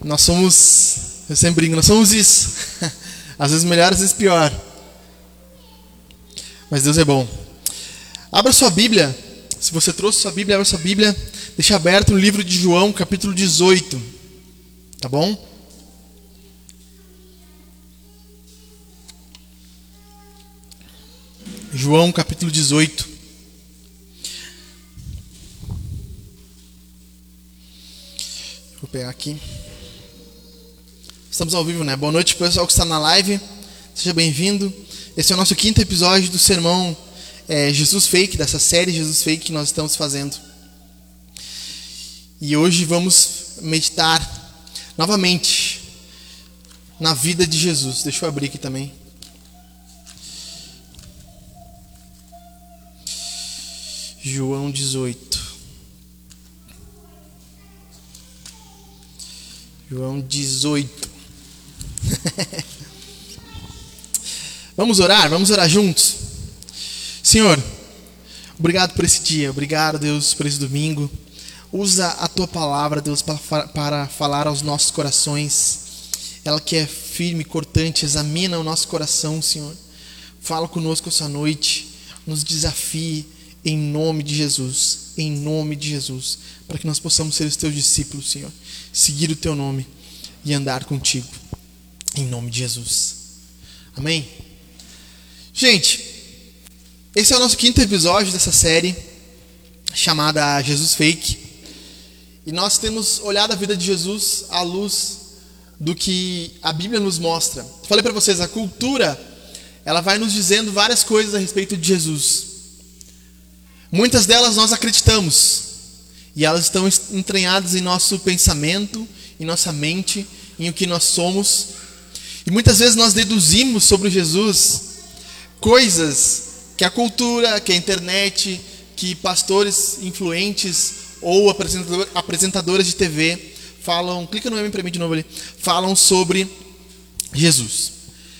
Nós somos, eu sempre brinco, nós somos isso. Às vezes melhor, às vezes pior. Mas Deus é bom. Abra sua Bíblia. Se você trouxe sua Bíblia, abra sua Bíblia. Deixa aberto no livro de João, capítulo 18. Tá bom? João, capítulo 18. Vou pegar aqui. Estamos ao vivo, né? Boa noite, pessoal que está na live. Seja bem-vindo. Esse é o nosso 5º episódio do sermão Jesus Fake, dessa série Jesus Fake que nós estamos fazendo. E hoje vamos meditar novamente na vida de Jesus. Deixa eu abrir aqui também. João 18. João 18. Vamos orar juntos. Senhor, obrigado por esse dia, obrigado, Deus, por esse domingo. Usa a Tua palavra, Deus, para falar aos nossos corações. Ela que é firme, cortante, examina o nosso coração, Senhor. Fala conosco essa noite, nos desafie em nome de Jesus, para que nós possamos ser os Teus discípulos, Senhor. Seguir o Teu nome e andar contigo, em nome de Jesus. Amém? Gente, esse é o nosso 5º episódio dessa série chamada Jesus Fake. E nós temos olhado a vida de Jesus à luz do que a Bíblia nos mostra. Falei para vocês, a cultura, ela vai nos dizendo várias coisas a respeito de Jesus. Muitas delas nós acreditamos. E elas estão entranhadas em nosso pensamento, em nossa mente, em o que nós somos. E muitas vezes nós deduzimos sobre Jesus coisas que a cultura, que a internet, que pastores influentes ou apresentadoras de TV falam, clica no M para mim de novo ali, falam sobre Jesus.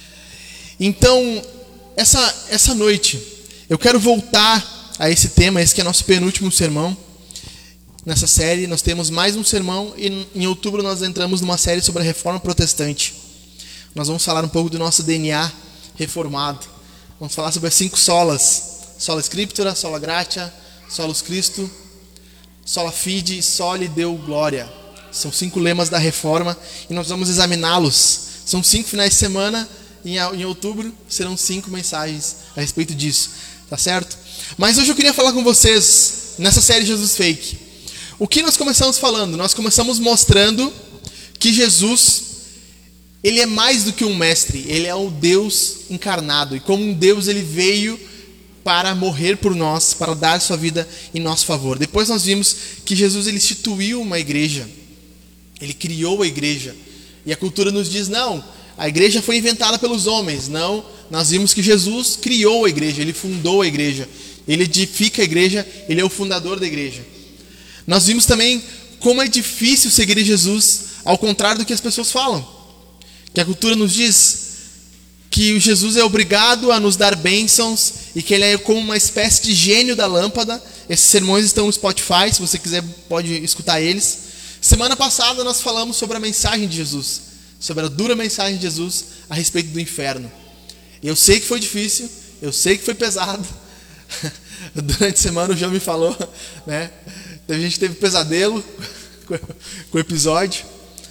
Então, essa noite, eu quero voltar a esse tema, esse que é nosso penúltimo sermão. Nessa série, nós temos mais um sermão e em outubro nós entramos numa série sobre a Reforma Protestante. Nós vamos falar um pouco do nosso DNA reformado. Vamos falar sobre as 5 solas. Sola Scriptura, Sola Gratia, Solus Christo, Sola Fide e Soli Deo Gloria. São 5 lemas da Reforma e nós vamos examiná-los. São 5 finais de semana e em outubro serão 5 mensagens a respeito disso. Tá certo? Mas hoje eu queria falar com vocês nessa série Jesus Fake. O que nós começamos falando? Nós começamos mostrando que Jesus, ele é mais do que um mestre, ele é o Deus encarnado. E como um Deus, ele veio para morrer por nós, para dar sua vida em nosso favor. Depois nós vimos que Jesus, ele instituiu uma igreja, ele criou a igreja. E a cultura nos diz, não, a igreja foi inventada pelos homens. Não, nós vimos que Jesus criou a igreja, ele fundou a igreja, ele edifica a igreja, ele é o fundador da igreja. Nós vimos também como é difícil seguir Jesus, ao contrário do que as pessoas falam. Que a cultura nos diz que Jesus é obrigado a nos dar bênçãos e que ele é como uma espécie de gênio da lâmpada. Esses sermões estão no Spotify, se você quiser pode escutar eles. Semana passada nós falamos sobre a mensagem de Jesus, sobre a dura mensagem de Jesus a respeito do inferno. Eu sei que foi difícil, eu sei que foi pesado. Durante a semana o João me falou, né? A gente teve pesadelo com o episódio.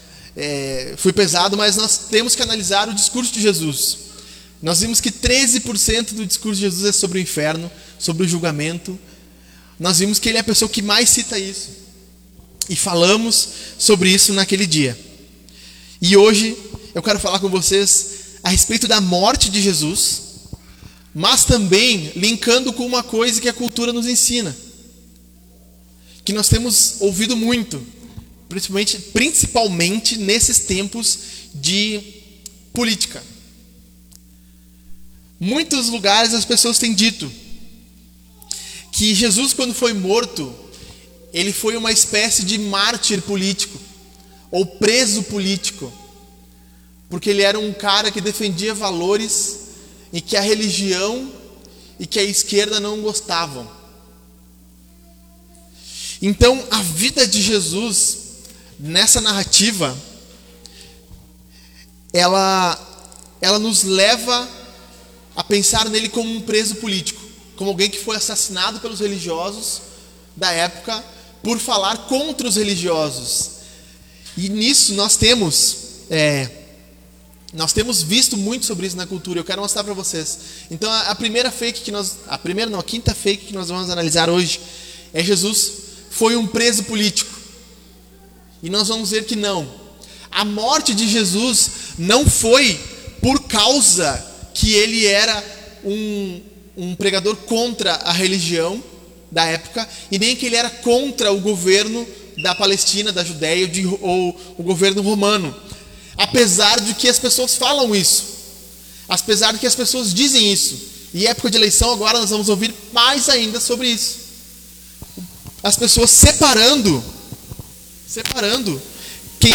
Foi pesado, mas nós temos que analisar o discurso de Jesus. Nós vimos que 13% do discurso de Jesus é sobre o inferno, sobre o julgamento. Nós vimos que ele é a pessoa que mais cita isso. E falamos sobre isso naquele dia. E hoje eu quero falar com vocês a respeito da morte de Jesus, mas também linkando com uma coisa que a cultura nos ensina, que nós temos ouvido muito, principalmente nesses tempos de política. Muitos lugares as pessoas têm dito que Jesus, quando foi morto, ele foi uma espécie de mártir político, ou preso político, porque ele era um cara que defendia valores e que a religião e que a esquerda não gostavam. Então, a vida de Jesus, nessa narrativa, ela nos leva a pensar nele como um preso político, como alguém que foi assassinado pelos religiosos da época por falar contra os religiosos. E nisso nós temos visto muito sobre isso na cultura. Eu quero mostrar para vocês. Então a quinta fake que nós vamos analisar hoje é: Jesus foi um preso político. E nós vamos ver que não. A morte de Jesus não foi por causa que ele era um pregador contra a religião da época, e nem que ele era contra o governo da Palestina, da Judéia ou o governo romano. Apesar de que as pessoas falam isso, apesar de que as pessoas dizem isso, e época de eleição agora nós vamos ouvir mais ainda sobre isso. As pessoas separando quem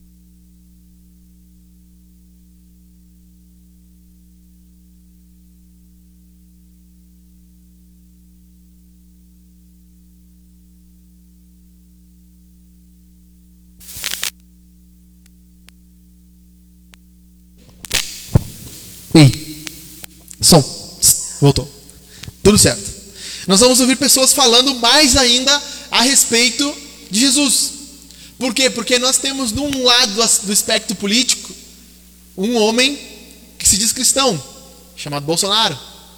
som. Voltou. Tudo certo. Nós vamos ouvir pessoas falando mais ainda a respeito de Jesus. Por quê? Porque nós temos de um lado do espectro político um homem que se diz cristão, chamado Bolsonaro.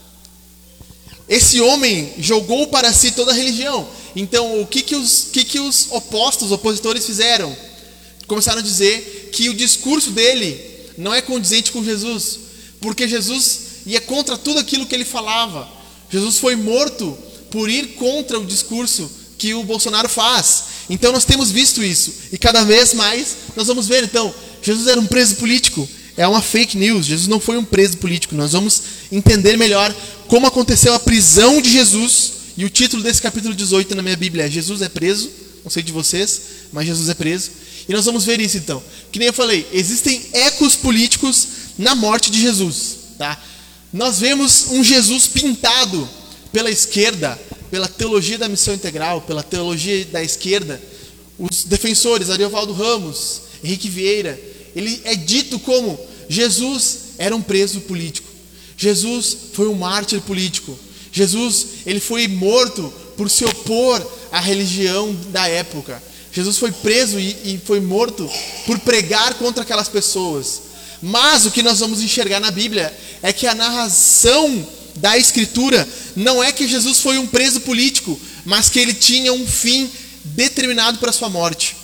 Esse homem jogou para si toda a religião. Então, o que os opositores fizeram? Começaram a dizer que o discurso dele não é condizente com Jesus, porque Jesus ia contra tudo aquilo que ele falava. Jesus foi morto por ir contra o discurso que o Bolsonaro faz. Então nós temos visto isso, e cada vez mais nós vamos ver. Então, Jesus era um preso político. É uma fake news. Jesus não foi um preso político. Nós vamos entender melhor como aconteceu a prisão de Jesus. E o título desse capítulo 18 na minha Bíblia é: Jesus é preso. Não sei de vocês, mas Jesus é preso. E nós vamos ver isso então. Que nem eu falei, existem ecos políticos na morte de Jesus, tá? Nós vemos um Jesus pintado pela esquerda, pela teologia da missão integral, pela teologia da esquerda. Os defensores, Ariovaldo Ramos, Henrique Vieira, ele é dito como: Jesus era um preso político. Jesus foi um mártir político. Jesus, ele foi morto por se opor à religião da época. Jesus foi preso e foi morto por pregar contra aquelas pessoas. Mas o que nós vamos enxergar na Bíblia é que a narração da Escritura não é que Jesus foi um preso político, mas que ele tinha um fim determinado para a sua morte.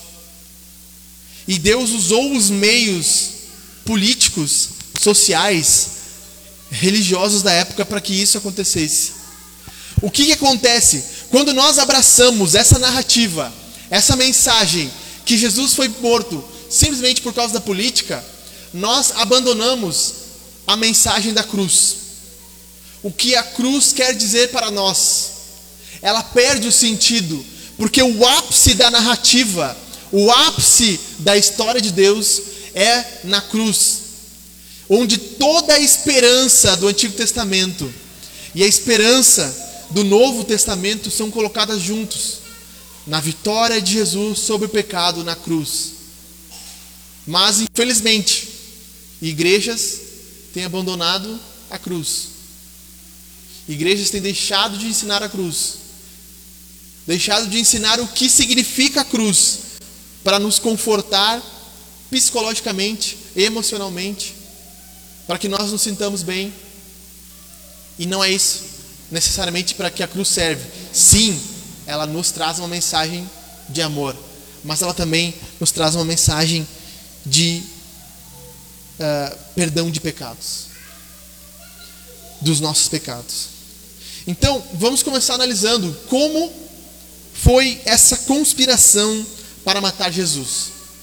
E Deus usou os meios políticos, sociais, religiosos da época para que isso acontecesse. O que acontece? Quando nós abraçamos essa narrativa, essa mensagem que Jesus foi morto simplesmente por causa da política, nós abandonamos a mensagem da cruz. O que a cruz quer dizer para nós? Ela perde o sentido, porque o ápice da narrativa, o ápice da história de Deus é na cruz, onde toda a esperança do Antigo Testamento e a esperança do Novo Testamento são colocadas juntos, na vitória de Jesus sobre o pecado na cruz. Mas, infelizmente, igrejas têm abandonado a cruz. Igrejas têm deixado de ensinar a cruz, deixado de ensinar o que significa a cruz, para nos confortar psicologicamente, emocionalmente, para que nós nos sintamos bem. E não é isso necessariamente para que a cruz serve. Sim, ela nos traz uma mensagem de amor, mas ela também nos traz uma mensagem de perdão de pecados, dos nossos pecados. Então, vamos começar analisando como foi essa conspiração para matar Jesus.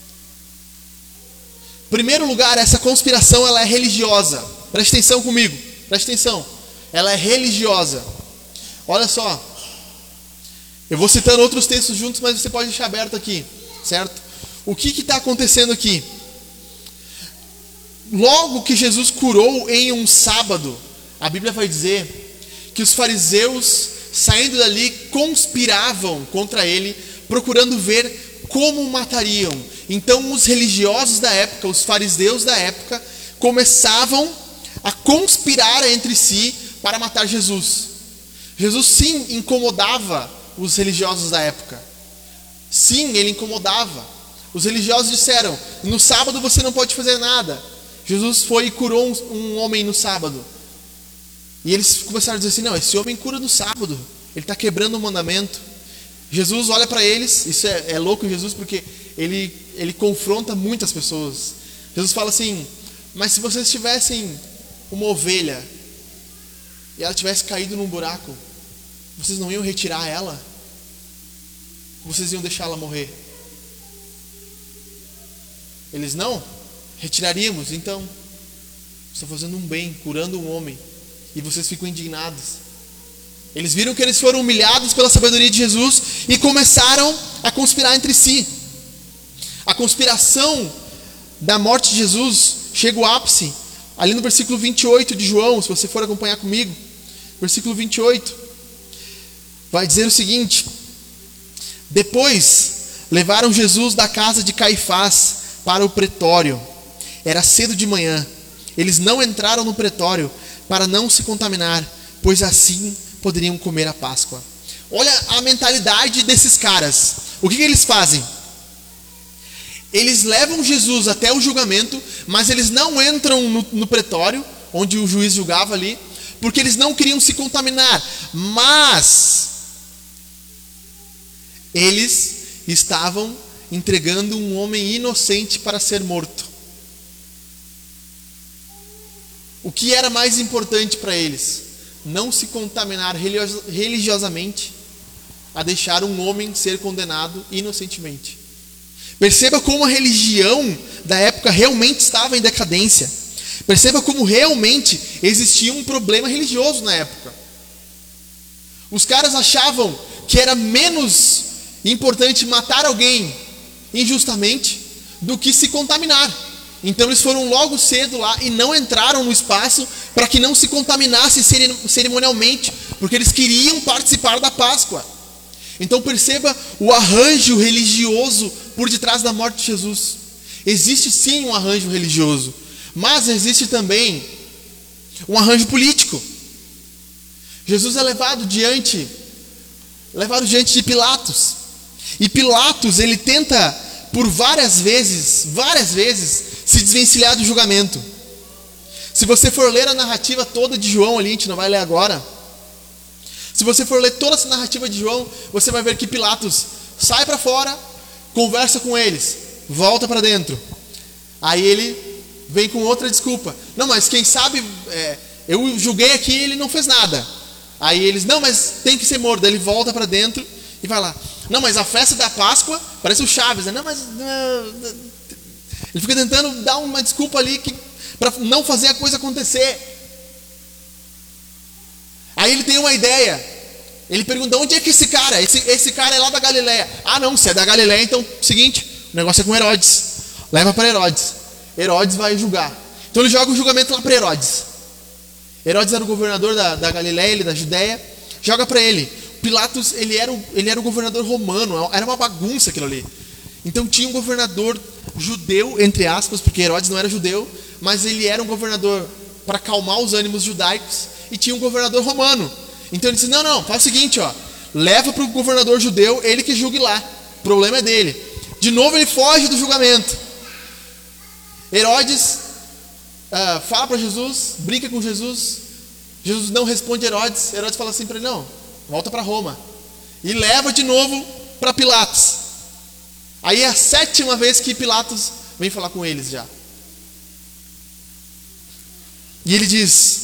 Em primeiro lugar, essa conspiração ela é religiosa. Preste atenção comigo, preste atenção. Ela é religiosa. Olha só, eu vou citando outros textos juntos, mas você pode deixar aberto aqui, certo? O que está acontecendo aqui? Logo que Jesus curou em um sábado, a Bíblia vai dizer que os fariseus, saindo dali, conspiravam contra ele, procurando ver como o matariam. Então os religiosos da época, os fariseus da época, começavam a conspirar entre si para matar Jesus. Jesus sim incomodava os religiosos da época. Sim, ele incomodava. Os religiosos disseram: no sábado você não pode fazer nada. Jesus foi e curou um homem no sábado. E eles começaram a dizer assim: não, esse homem cura no sábado, ele está quebrando o mandamento. Jesus olha para eles, isso é louco em Jesus, porque ele confronta muitas pessoas. Jesus fala assim: mas se vocês tivessem uma ovelha e ela tivesse caído num buraco, vocês não iam retirar ela? Vocês iam deixar ela morrer? Eles: não, retiraríamos. Então, estou fazendo um bem, curando um homem, e vocês ficam indignados. Eles viram que eles foram humilhados pela sabedoria de Jesus e começaram a conspirar entre si. A conspiração da morte de Jesus chega ao ápice ali no versículo 28 de João, se você for acompanhar comigo. Versículo 28 vai dizer o seguinte: depois levaram Jesus da casa de Caifás para o pretório. Era cedo de manhã. Eles não entraram no pretório para não se contaminar, pois assim poderiam comer a Páscoa. Olha a mentalidade desses caras. O que eles fazem? Eles levam Jesus até o julgamento, mas eles não entram no pretório, onde o juiz julgava ali, porque eles não queriam se contaminar. Mas eles estavam entregando um homem inocente para ser morto. O que era mais importante para eles? Não se contaminar religiosamente, a deixar um homem ser condenado inocentemente. Perceba como a religião da época realmente estava em decadência. Perceba como realmente existia um problema religioso na época. Os caras achavam que era menos importante matar alguém injustamente do que se contaminar. Então eles foram logo cedo lá e não entraram no espaço para que não se contaminasse cerimonialmente, porque eles queriam participar da Páscoa. Então perceba o arranjo religioso por detrás da morte de Jesus. Existe sim um arranjo religioso, mas existe também um arranjo político. Jesus é levado diante de Pilatos. E Pilatos, ele tenta por várias vezes, se desvencilhar do julgamento. Se você for ler a narrativa toda de João ali, a gente não vai ler agora. Se você for ler toda essa narrativa de João, você vai ver que Pilatos sai para fora, conversa com eles, volta para dentro. Aí ele vem com outra desculpa. Não, mas quem sabe, eu julguei aqui e ele não fez nada. Aí eles: não, mas tem que ser morto. Daí ele volta para dentro e vai lá: não, mas a festa da Páscoa, parece o Chaves, né? Não, mas... Ele fica tentando dar uma desculpa ali para não fazer a coisa acontecer. Aí ele tem uma ideia. Ele pergunta: onde é que esse cara? Esse cara é lá da Galileia. Ah não, se é da Galileia, então seguinte, o negócio é com Herodes. Leva para Herodes. Herodes vai julgar. Então ele joga o julgamento lá para Herodes. Herodes era o governador da Galileia, ele da Judéia. Joga para ele. Pilatos, ele era o governador romano. Era uma bagunça aquilo ali. Então tinha um governador judeu, entre aspas, porque Herodes não era judeu, mas ele era um governador para acalmar os ânimos judaicos, e tinha um governador romano. Então ele disse: não, faz o seguinte, leva para o governador judeu, ele que julgue lá, o problema é dele. De novo ele foge do julgamento. Herodes fala para Jesus, brinca com Jesus. Jesus não responde a Herodes. Herodes fala assim para ele: não, volta para Roma. E leva de novo para Pilatos. Aí é a 7ª vez que Pilatos vem falar com eles já. E ele diz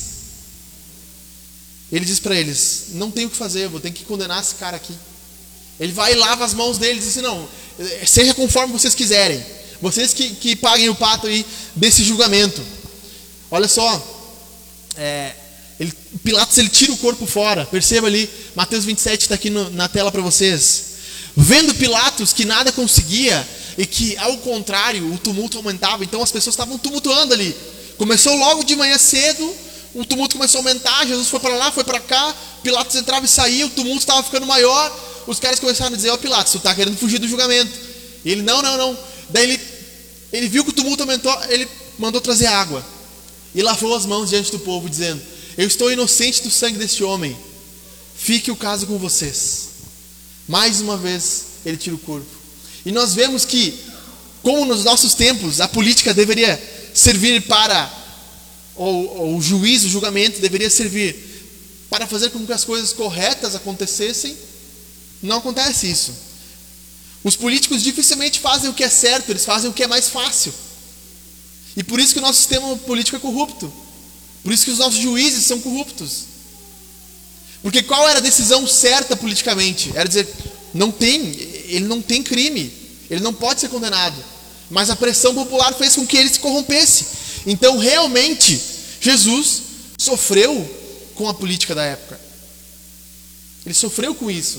para eles: não tem o que fazer, eu vou ter que condenar esse cara aqui. Ele vai e lava as mãos deles e diz assim: não, seja conforme vocês quiserem. Vocês que paguem o pato aí desse julgamento. Olha só, Pilatos ele tira o corpo fora. Perceba ali, Mateus 27 está aqui na tela para vocês. Vendo Pilatos que nada conseguia e que, ao contrário, o tumulto aumentava, então as pessoas estavam tumultuando ali. Começou logo de manhã cedo, o tumulto começou a aumentar, Jesus foi para lá, foi para cá, Pilatos entrava e saía, o tumulto estava ficando maior. Os caras começaram a dizer: ó Pilatos, tu está querendo fugir do julgamento. E ele: não, Daí ele viu que o tumulto aumentou, ele mandou trazer água. E lavou as mãos diante do povo, dizendo: eu estou inocente do sangue deste homem. Fique o caso com vocês. Mais uma vez, ele tira o corpo. E nós vemos que, como nos nossos tempos, a política deveria servir para, ou o juízo, o julgamento deveria servir para fazer com que as coisas corretas acontecessem, não acontece isso. Os políticos dificilmente fazem o que é certo, eles fazem o que é mais fácil. E por isso que o nosso sistema político é corrupto. Por isso que os nossos juízes são corruptos. Porque qual era a decisão certa politicamente? Era dizer, ele não tem crime, ele não pode ser condenado. Mas a pressão popular fez com que ele se corrompesse. Então realmente Jesus sofreu com a política da época. Ele sofreu com isso.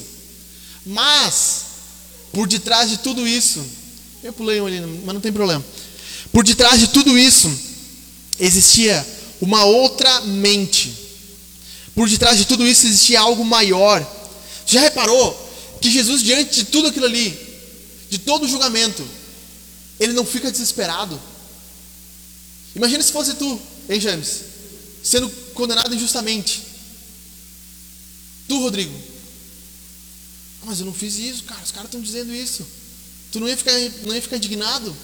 Mas por detrás de tudo isso, eu pulei um ali, mas não tem problema. Por detrás de tudo isso existia uma outra mente. Por detrás de tudo isso existia algo maior. Já reparou que Jesus, diante de tudo aquilo ali, de todo o julgamento, ele não fica desesperado? Imagina se fosse tu, hein, James, sendo condenado injustamente. Tu, Rodrigo: mas eu não fiz isso, cara, os caras estão dizendo isso. Tu não ia ficar indignado?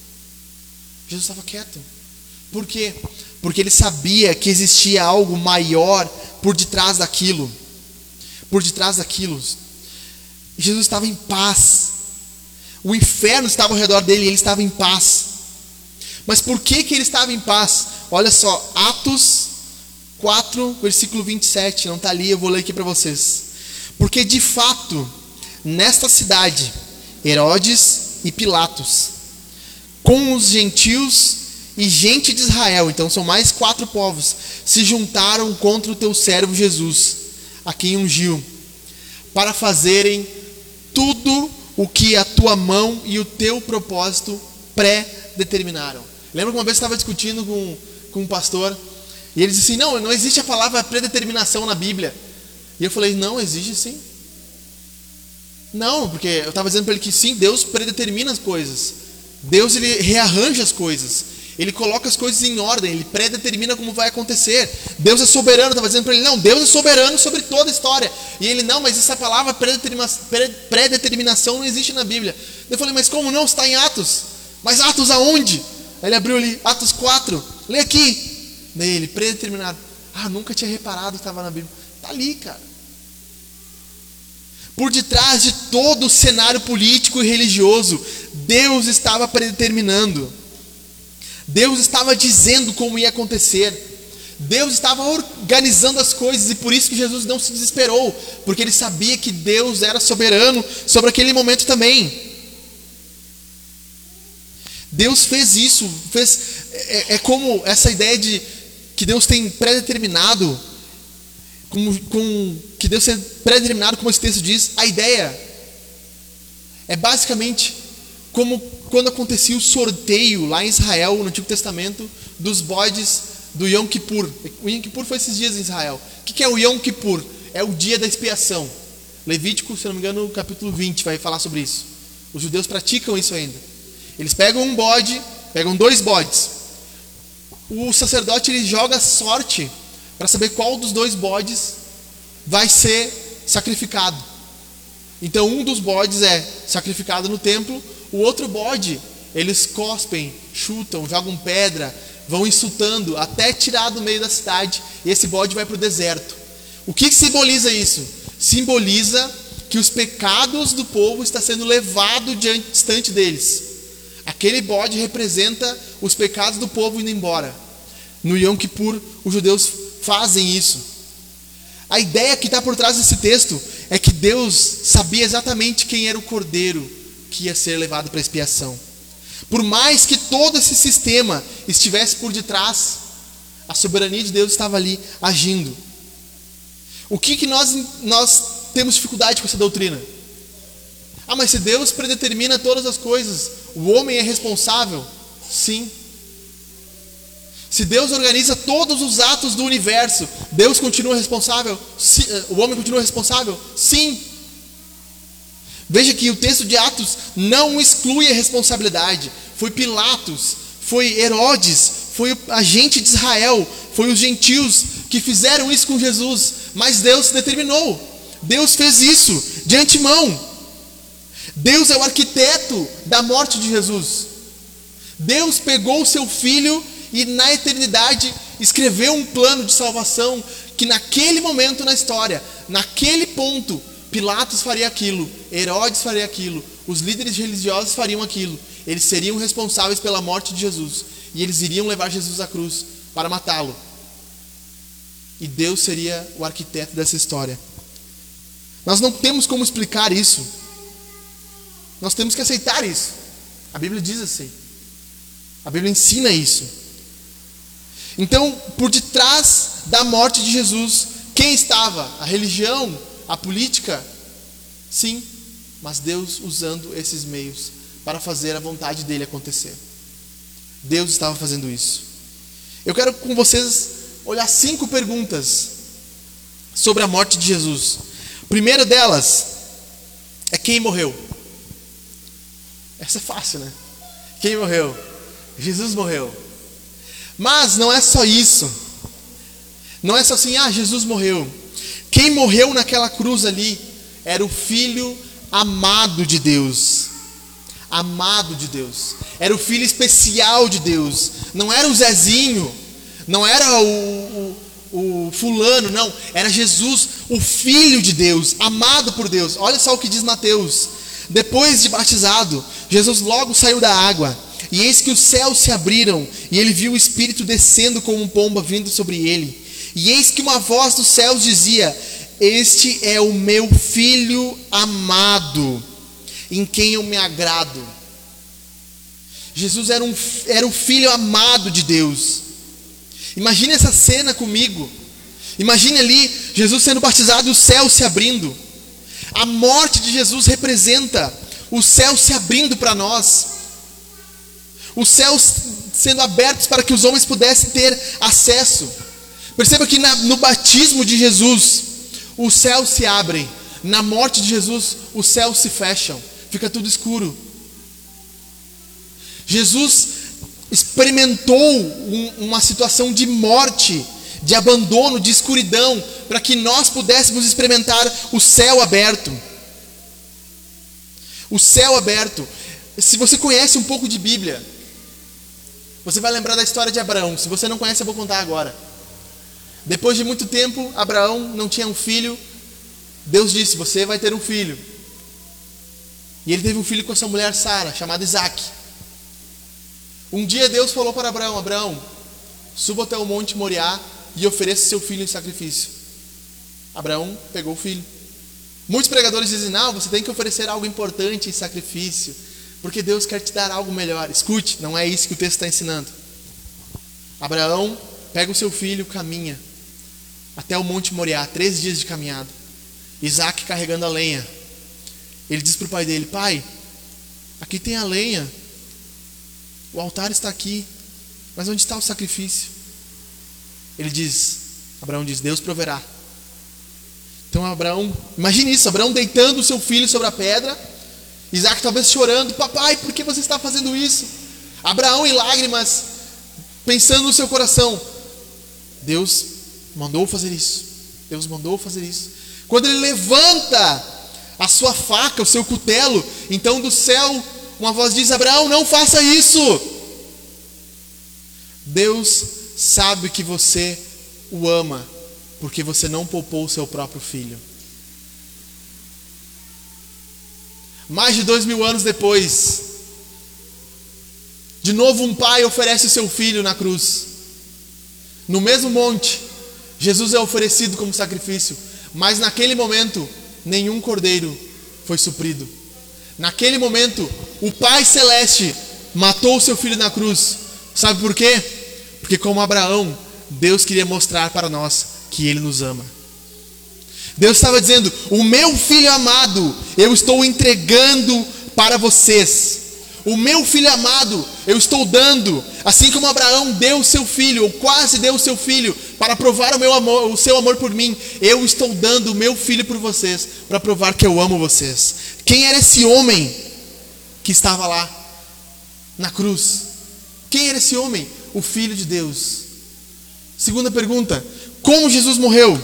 Jesus estava quieto. Por quê? Porque ele sabia que existia algo maior por detrás daquilo. Por detrás daquilo. Jesus estava em paz. O inferno estava ao redor dele e ele estava em paz. Mas por que ele estava em paz? Olha só, Atos 4, versículo 27. Não está ali, eu vou ler aqui para vocês. Porque de fato, nesta cidade, Herodes e Pilatos, com os gentios e gente de Israel, então são mais 4 povos, se juntaram contra o teu servo Jesus, a quem ungiu, para fazerem tudo o que a tua mão e o teu propósito pré-determinaram. Lembra que uma vez eu estava discutindo com um pastor, e ele disse assim: não existe a palavra predeterminação na Bíblia. E eu falei: não, existe sim. Não, porque eu estava dizendo para ele que sim, Deus predetermina as coisas. Deus, ele rearranja as coisas. Ele coloca as coisas em ordem, ele predetermina como vai acontecer. Deus é soberano, eu estava dizendo para ele: não, Deus é soberano sobre toda a história. E ele: não, mas essa palavra predeterminação não existe na Bíblia. Eu falei: mas como não? Está em Atos. Mas Atos aonde? Aí ele abriu ali, Atos 4, lê aqui. Daí ele: predeterminado. Nunca tinha reparado que estava na Bíblia. Está ali, cara. Por detrás de todo o cenário político e religioso, Deus estava predeterminando. Deus estava dizendo como ia acontecer. Deus estava organizando as coisas, e por isso que Jesus não se desesperou, porque ele sabia que Deus era soberano sobre aquele momento também. Deus fez isso, é como essa ideia de que Deus tem predeterminado, que Deus tem predeterminado, como esse texto diz. A ideia é basicamente como quando acontecia o sorteio lá em Israel, no Antigo Testamento, dos bodes do Yom Kippur. O Yom Kippur foi esses dias em Israel. O que é o Yom Kippur? É o dia da expiação. Levítico, se não me engano, capítulo 20 vai falar sobre isso. Os judeus praticam isso ainda. Eles pegam um bode, pegam 2 bodes. O sacerdote, ele joga sorte para saber qual dos 2 bodes vai ser sacrificado. Então um dos bodes é sacrificado no templo, o outro bode, eles cospem, chutam, jogam pedra, vão insultando até tirar do meio da cidade, e esse bode vai para o deserto. O que simboliza isso? Simboliza que os pecados do povo estão sendo levados distante deles. Aquele bode representa os pecados do povo indo embora. No Yom Kippur, os judeus fazem isso. A ideia que está por trás desse texto é que Deus sabia exatamente quem era o cordeiro que ia ser levado para a expiação. Por mais que todo esse sistema estivesse por detrás, a soberania de Deus estava ali agindo. O que nós temos dificuldade com essa doutrina? Mas se Deus predetermina todas as coisas, o homem é responsável? Sim. Se Deus organiza todos os atos do universo, Deus continua responsável? O homem continua responsável? Sim. Veja que o texto de Atos não exclui a responsabilidade. Foi Pilatos, foi Herodes, foi a gente de Israel, foi os gentios que fizeram isso com Jesus. Mas Deus determinou, Deus fez isso de antemão. Deus é o arquiteto da morte de Jesus. Deus pegou o seu filho e na eternidade escreveu um plano de salvação que naquele momento na história, naquele ponto, Pilatos faria aquilo, Herodes faria aquilo, os líderes religiosos fariam aquilo. Eles seriam responsáveis pela morte de Jesus e eles iriam levar Jesus à cruz para matá-lo. E Deus seria o arquiteto dessa história. Nós não temos como explicar isso. Nós temos que aceitar isso. A Bíblia diz assim. A Bíblia ensina isso. Então, por detrás da morte de Jesus, quem estava? A religião? A política? Sim, mas Deus usando esses meios para fazer a vontade dele acontecer. Deus estava fazendo isso. Eu quero com vocês olhar 5 perguntas sobre a morte de Jesus. A primeira delas é quem morreu. Essa é fácil, né? Quem morreu? Jesus morreu. Mas não é só isso. Não é só assim, Jesus morreu. Quem morreu naquela cruz ali era o Filho amado de Deus. Amado de Deus. Era o Filho especial de Deus. Não era o Zezinho. Não era o fulano, não. Era Jesus, o Filho de Deus, amado por Deus. Olha só o que diz Mateus. Depois de batizado, Jesus logo saiu da água. E eis que os céus se abriram, e ele viu o Espírito descendo como pomba vindo sobre ele. E eis que uma voz dos céus dizia: este é o meu Filho amado, em quem eu me agrado. Jesus era o Filho amado de Deus. Imagine essa cena comigo. Imagine ali, Jesus sendo batizado e os céus se abrindo. A morte de Jesus representa os céus se abrindo para nós. Os céus sendo abertos para que os homens pudessem ter acesso. Perceba que no batismo de Jesus, os céus se abrem. Na morte de Jesus, os céus se fecham. Fica tudo escuro. Jesus experimentou uma situação de morte, de abandono, de escuridão, para que nós pudéssemos experimentar o céu aberto. O céu aberto. Se você conhece um pouco de Bíblia, você vai lembrar da história de Abraão. Se você não conhece, eu vou contar agora. Depois de muito tempo, Abraão não tinha um filho. Deus disse: você vai ter um filho. E ele teve um filho com a sua mulher Sara, chamado Isaac. Um dia Deus falou para Abraão: Abraão, suba até o monte Moriá e ofereça seu filho em sacrifício. Abraão pegou o filho. Muitos pregadores dizem: não, você tem que oferecer algo importante em sacrifício, porque Deus quer te dar algo melhor. Escute, não é isso que o texto está ensinando. Abraão pega o seu filho, caminha até o monte Moriá, 3 dias de caminhada. Isaac carregando a lenha. Ele diz para o pai dele: pai, aqui tem a lenha, o altar está aqui, mas onde está o sacrifício? Abraão diz: Deus proverá. Então Abraão, imagine isso, Abraão deitando o seu filho sobre a pedra, Isaac talvez chorando: papai, por que você está fazendo isso? Abraão em lágrimas, pensando no seu coração: Deus mandou fazer isso. Deus mandou fazer isso. Quando ele levanta a sua faca, o seu cutelo, então do céu uma voz diz: Abraão, não faça isso. Deus sabe que você o ama, porque você não poupou o seu próprio filho. Mais de 2000 anos depois, de novo um pai oferece o seu filho na cruz. No mesmo monte, Jesus é oferecido como sacrifício, mas naquele momento, nenhum cordeiro foi suprido. Naquele momento, o Pai Celeste matou o seu filho na cruz. Sabe por quê? Porque como Abraão, Deus queria mostrar para nós que Ele nos ama. Deus estava dizendo: o meu filho amado, eu estou entregando para vocês. O meu filho amado, eu estou dando. Assim como Abraão deu o seu filho, ou quase deu o seu filho, para provar o meu amor, o seu amor por mim, eu estou dando o meu filho por vocês, para provar que eu amo vocês, Quem era esse homem que estava lá na cruz? Quem era esse homem? O Filho de Deus. Segunda pergunta: como Jesus morreu?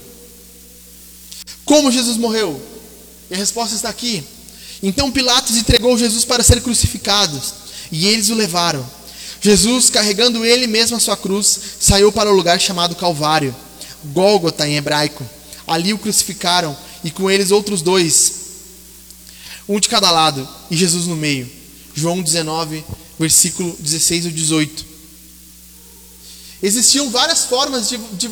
Como Jesus morreu? E a resposta está aqui. Então Pilatos entregou Jesus para ser crucificado, e eles o levaram. Jesus, carregando ele mesmo a sua cruz, saiu para o lugar chamado Calvário, Gólgota em hebraico. Ali o crucificaram, e com eles outros dois, um de cada lado, e Jesus no meio. João 19, versículo 16 ou 18. Existiam várias formas de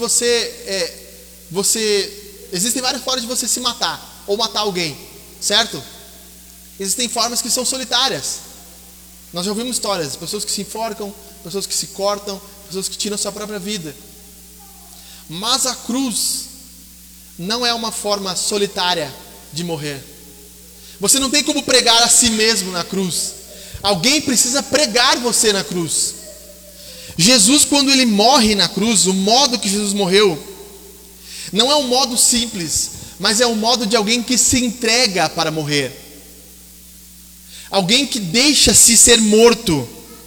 existem várias formas de você se matar, ou matar alguém, certo? Existem formas que são solitárias. Nós já ouvimos histórias, pessoas que se enforcam, pessoas que se cortam, pessoas que tiram sua própria vida. Mas a cruz não é uma forma solitária de morrer. Você não tem como pregar a si mesmo na cruz. Alguém precisa pregar você na cruz. Jesus, quando ele morre na cruz, o modo que Jesus morreu, não é um modo simples, mas é um modo de alguém que se entrega para morrer. Alguém que deixa-se ser morto.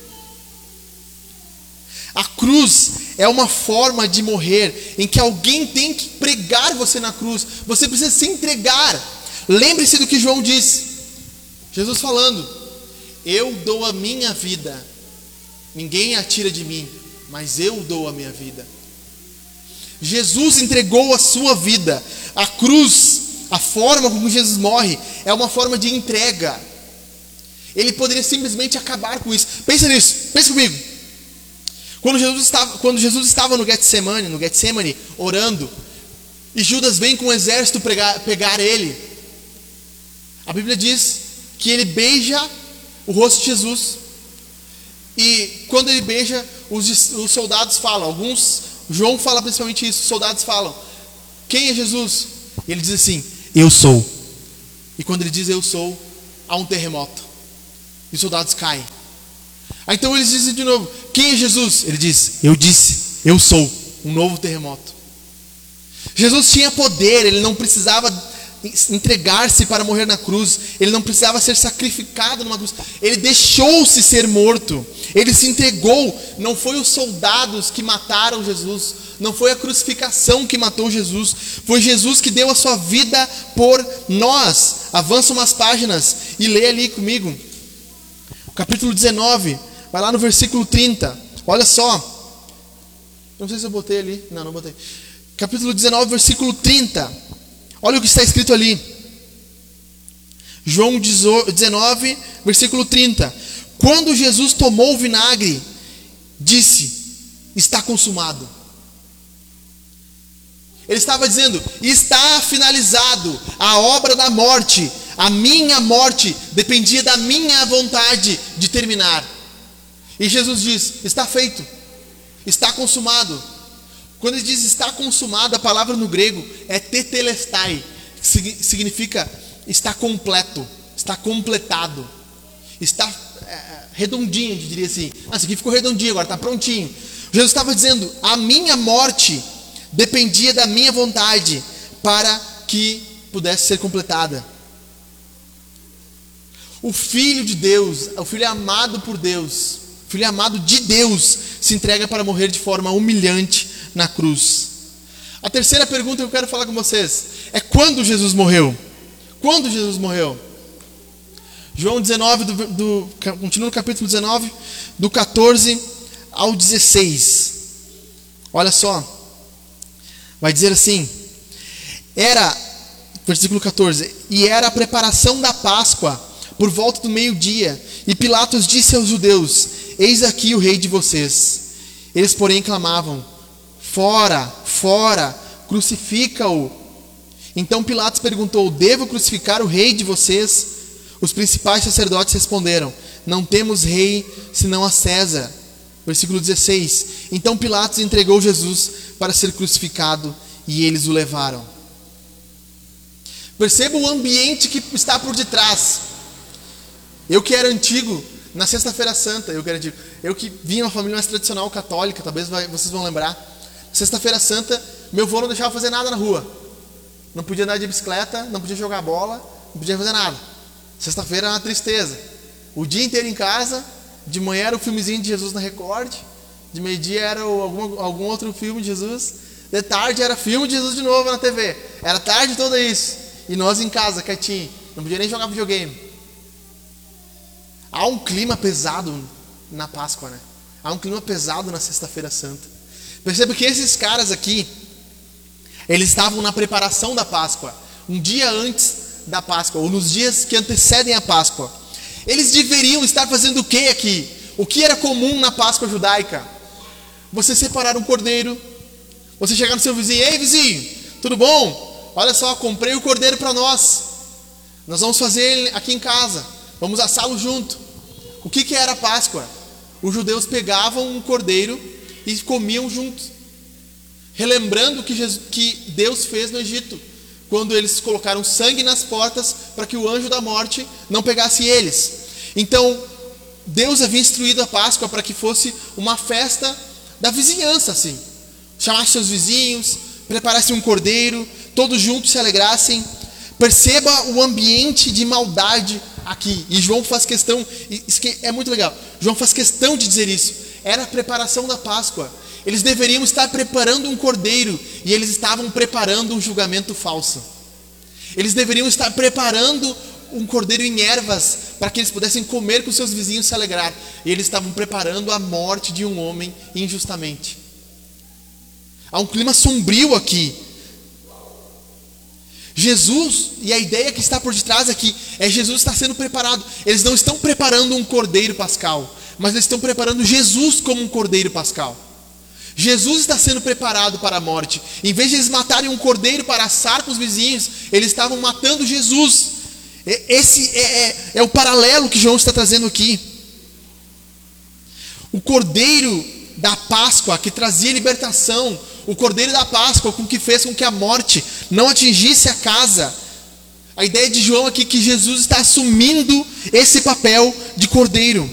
A cruz é uma forma de morrer em que alguém tem que pregar você na cruz. Você precisa se entregar. Lembre-se do que João disse. Jesus falando: eu dou a minha vida. Ninguém a tira de mim, mas eu dou a minha vida. Jesus entregou a sua vida. A cruz, a forma como Jesus morre, é uma forma de entrega. Ele poderia simplesmente acabar com isso. Pensa nisso, pensa comigo. Quando Jesus estava no Getsemane, orando, e Judas vem com um exército pegar ele, a Bíblia diz que ele beija o rosto de Jesus. E quando ele beija, os soldados falam, João fala principalmente isso, os soldados falam: quem é Jesus? E ele diz assim: eu sou. E quando ele diz eu sou, há um terremoto. E os soldados caem. Aí então eles dizem de novo: quem é Jesus? Ele diz: eu disse, eu sou. Um novo terremoto. Jesus tinha poder, ele não precisava entregar-se para morrer na cruz, ele não precisava ser sacrificado numa cruz, ele deixou-se ser morto, ele se entregou. Não foi os soldados que mataram Jesus, não foi a crucificação que matou Jesus, foi Jesus que deu a sua vida por nós. Avança umas páginas e lê ali comigo, capítulo 19, vai lá no versículo 30, olha só, não sei se eu botei ali, não botei, capítulo 19, versículo 30, olha o que está escrito ali, João 19, versículo 30, quando Jesus tomou o vinagre, disse: está consumado. Ele estava dizendo: está finalizado a obra da morte. A minha morte dependia da minha vontade de terminar. E Jesus diz: está feito, está consumado. Quando ele diz está consumado, a palavra no grego é tetelestai, que significa está completo, está completado, está redondinho, a gente diria assim. Isso aqui ficou redondinho, agora está prontinho. Jesus estava dizendo: a minha morte dependia da minha vontade para que pudesse ser completada. O Filho de Deus, o Filho amado por Deus, o Filho amado de Deus, se entrega para morrer de forma humilhante na cruz. A terceira pergunta que eu quero falar com vocês é: quando Jesus morreu? Quando Jesus morreu? João 19, continua no capítulo 19, do 14 ao 16. Olha só, vai dizer assim: versículo 14, e era a preparação da Páscoa, por volta do meio-dia, e Pilatos disse aos judeus: eis aqui o rei de vocês. Eles, porém, clamavam: fora, fora, crucifica-o. Então Pilatos perguntou: devo crucificar o rei de vocês? Os principais sacerdotes responderam: não temos rei senão a César. Versículo 16, então Pilatos entregou Jesus para ser crucificado, e eles o levaram. Perceba o ambiente que está por detrás. Eu que era antigo, na Sexta-feira Santa, eu que vim de uma família mais tradicional católica, talvez vocês vão lembrar. Sexta-feira Santa, meu avô não deixava fazer nada na rua. Não podia andar de bicicleta, não podia jogar bola, não podia fazer nada. Sexta-feira era uma tristeza. O dia inteiro em casa, de manhã era o filmezinho de Jesus na Record, de meio-dia era algum outro filme de Jesus, de tarde era filme de Jesus de novo na TV. Era tarde toda isso. E nós em casa, quietinho, não podia nem jogar videogame. Há um clima pesado na Páscoa, né? Há um clima pesado na Sexta-feira Santa. Perceba que esses caras aqui, eles estavam na preparação da Páscoa, um dia antes da Páscoa, ou nos dias que antecedem a Páscoa. Eles deveriam estar fazendo o que aqui? O que era comum na Páscoa judaica? Você separar um cordeiro, você chegar no seu vizinho, ei vizinho, tudo bom? Olha só, comprei o cordeiro para nós. Nós vamos fazer ele aqui em casa, vamos assá-lo junto. O que era a Páscoa? Os judeus pegavam um cordeiro e comiam juntos, relembrando o que Deus fez no Egito, quando eles colocaram sangue nas portas para que o anjo da morte não pegasse eles. Então, Deus havia instruído a Páscoa para que fosse uma festa da vizinhança, assim. Chamasse seus vizinhos, preparasse um cordeiro, todos juntos se alegrassem. Perceba o ambiente de maldade aqui. E João faz questão, isso que é muito legal, João faz questão de dizer isso. Era a preparação da Páscoa. Eles deveriam estar preparando um cordeiro, e eles estavam preparando um julgamento falso. Eles deveriam estar preparando um cordeiro em ervas, para que eles pudessem comer com seus vizinhos e se alegrar. E eles estavam preparando a morte de um homem injustamente. Há um clima sombrio aqui. Jesus, e a ideia que está por detrás aqui, é Jesus está sendo preparado. Eles não estão preparando um cordeiro pascal, mas eles estão preparando Jesus como um cordeiro pascal. Jesus está sendo preparado para a morte. Em vez de eles matarem um cordeiro para assar com os vizinhos, eles estavam matando Jesus. Esse é o paralelo que João está trazendo aqui. O cordeiro da Páscoa que trazia libertação, o cordeiro da Páscoa com que fez com que a morte não atingisse a casa. A ideia de João aqui é que Jesus está assumindo esse papel de cordeiro.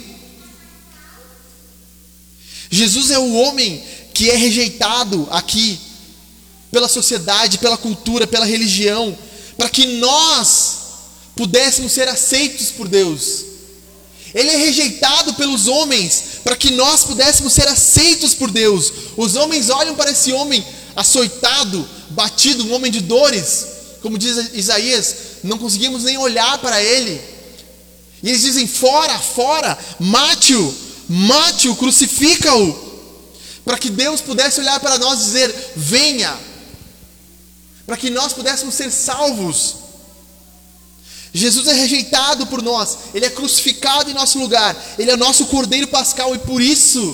Jesus é o homem que é rejeitado aqui pela sociedade, pela cultura, pela religião, para que nós pudéssemos ser aceitos por Deus. Ele é rejeitado pelos homens para que nós pudéssemos ser aceitos por Deus. Os homens olham para esse homem açoitado, batido, um homem de dores, como diz Isaías, não conseguimos nem olhar para ele. E eles dizem: fora, fora, mate-o, crucifica-o. Para que Deus pudesse olhar para nós e dizer: venha. Para que nós pudéssemos ser salvos. Jesus é rejeitado por nós. Ele é crucificado em nosso lugar. Ele é nosso cordeiro pascal. E por isso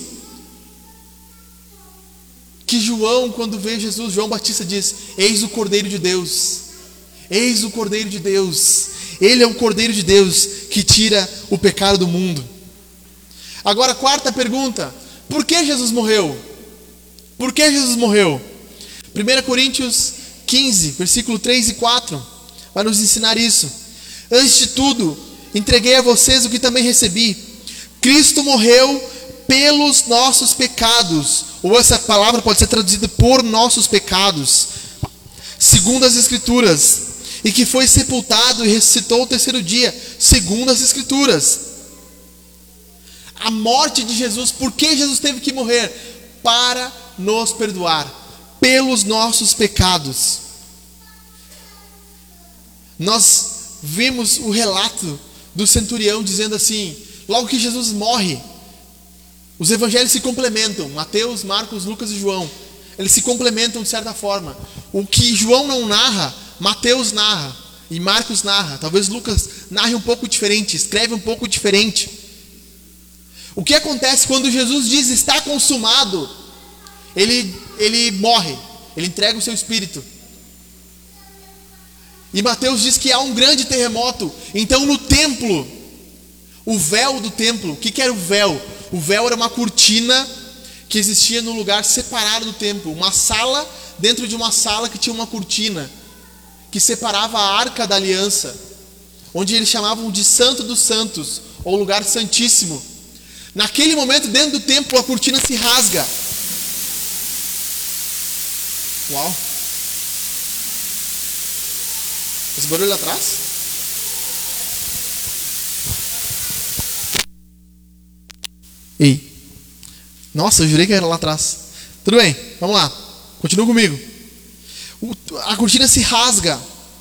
que João, quando vê Jesus, João Batista diz: eis o cordeiro de Deus. Eis o cordeiro de Deus. Ele é o cordeiro de Deus que tira o pecado do mundo. Agora, quarta pergunta: por que Jesus morreu? Por que Jesus morreu? 1 Coríntios 15, versículo 3 e 4 vai nos ensinar isso. Antes de tudo, entreguei a vocês o que também recebi. Cristo morreu pelos nossos pecados, ou essa palavra pode ser traduzida por nossos pecados, segundo as Escrituras, e que foi sepultado e ressuscitou o terceiro dia, segundo as Escrituras. A morte de Jesus, por que Jesus teve que morrer? Para nos perdoar, pelos nossos pecados. Nós vimos o relato do centurião dizendo assim: logo que Jesus morre, os evangelhos se complementam, Mateus, Marcos, Lucas e João, eles se complementam de certa forma. O que João não narra, Mateus narra e Marcos narra. Talvez Lucas narre um pouco diferente, escreve um pouco diferente. O que acontece quando Jesus diz está consumado? Ele morre, ele entrega o seu espírito. E Mateus diz que há um grande terremoto. Então no templo, o véu do templo, o que era o véu? O véu era uma cortina que existia num lugar separado do templo. Uma sala dentro de uma sala que tinha uma cortina que separava a arca da aliança, onde eles chamavam de Santo dos Santos, ou lugar santíssimo. Naquele momento, dentro do templo, a cortina se rasga. Uau! Esse barulho lá atrás? Ei. Nossa, eu jurei que era lá atrás. Tudo bem, vamos lá. Continua comigo. A cortina se rasga.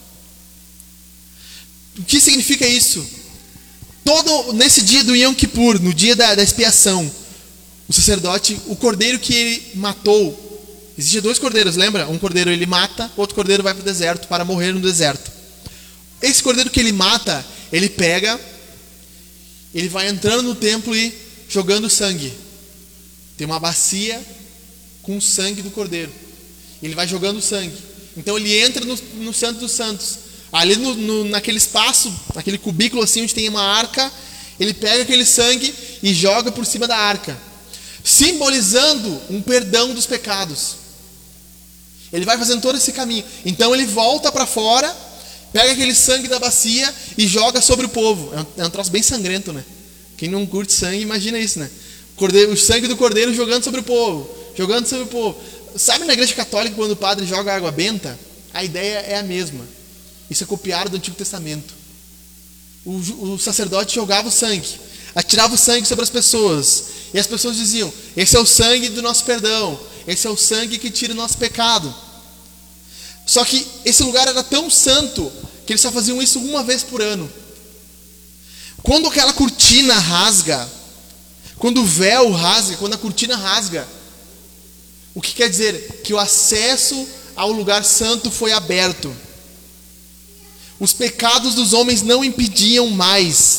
O que significa isso? Nesse dia do Yom Kippur, no dia da expiação, o sacerdote, o cordeiro que ele matou, existiam 2 cordeiros, lembra? Um cordeiro ele mata, outro cordeiro vai para o deserto para morrer no deserto. Esse cordeiro que ele mata, ele pega, ele vai entrando no templo e jogando sangue. Tem uma bacia com o sangue do cordeiro. Ele vai jogando sangue. Então ele entra no Santo dos Santos. Ali naquele espaço, naquele cubículo assim onde tem uma arca, ele pega aquele sangue e joga por cima da arca, simbolizando um perdão dos pecados. Ele vai fazendo todo esse caminho. Então ele volta para fora, pega aquele sangue da bacia e joga sobre o povo. É um troço bem sangrento, né? Quem não curte sangue, imagina isso, né? O sangue do cordeiro jogando sobre o povo. Jogando sobre o povo. Sabe na igreja católica quando o padre joga água benta? A ideia é a mesma. Isso é copiado do Antigo Testamento. O sacerdote jogava o sangue, atirava o sangue sobre as pessoas, e as pessoas diziam: esse é o sangue do nosso perdão, esse é o sangue que tira o nosso pecado. Só que esse lugar era tão santo que eles só faziam isso uma vez por ano. Quando aquela cortina rasga, quando o véu rasga, quando a cortina rasga, o que quer dizer? Que o acesso ao lugar santo foi aberto. Os pecados dos homens não impediam mais.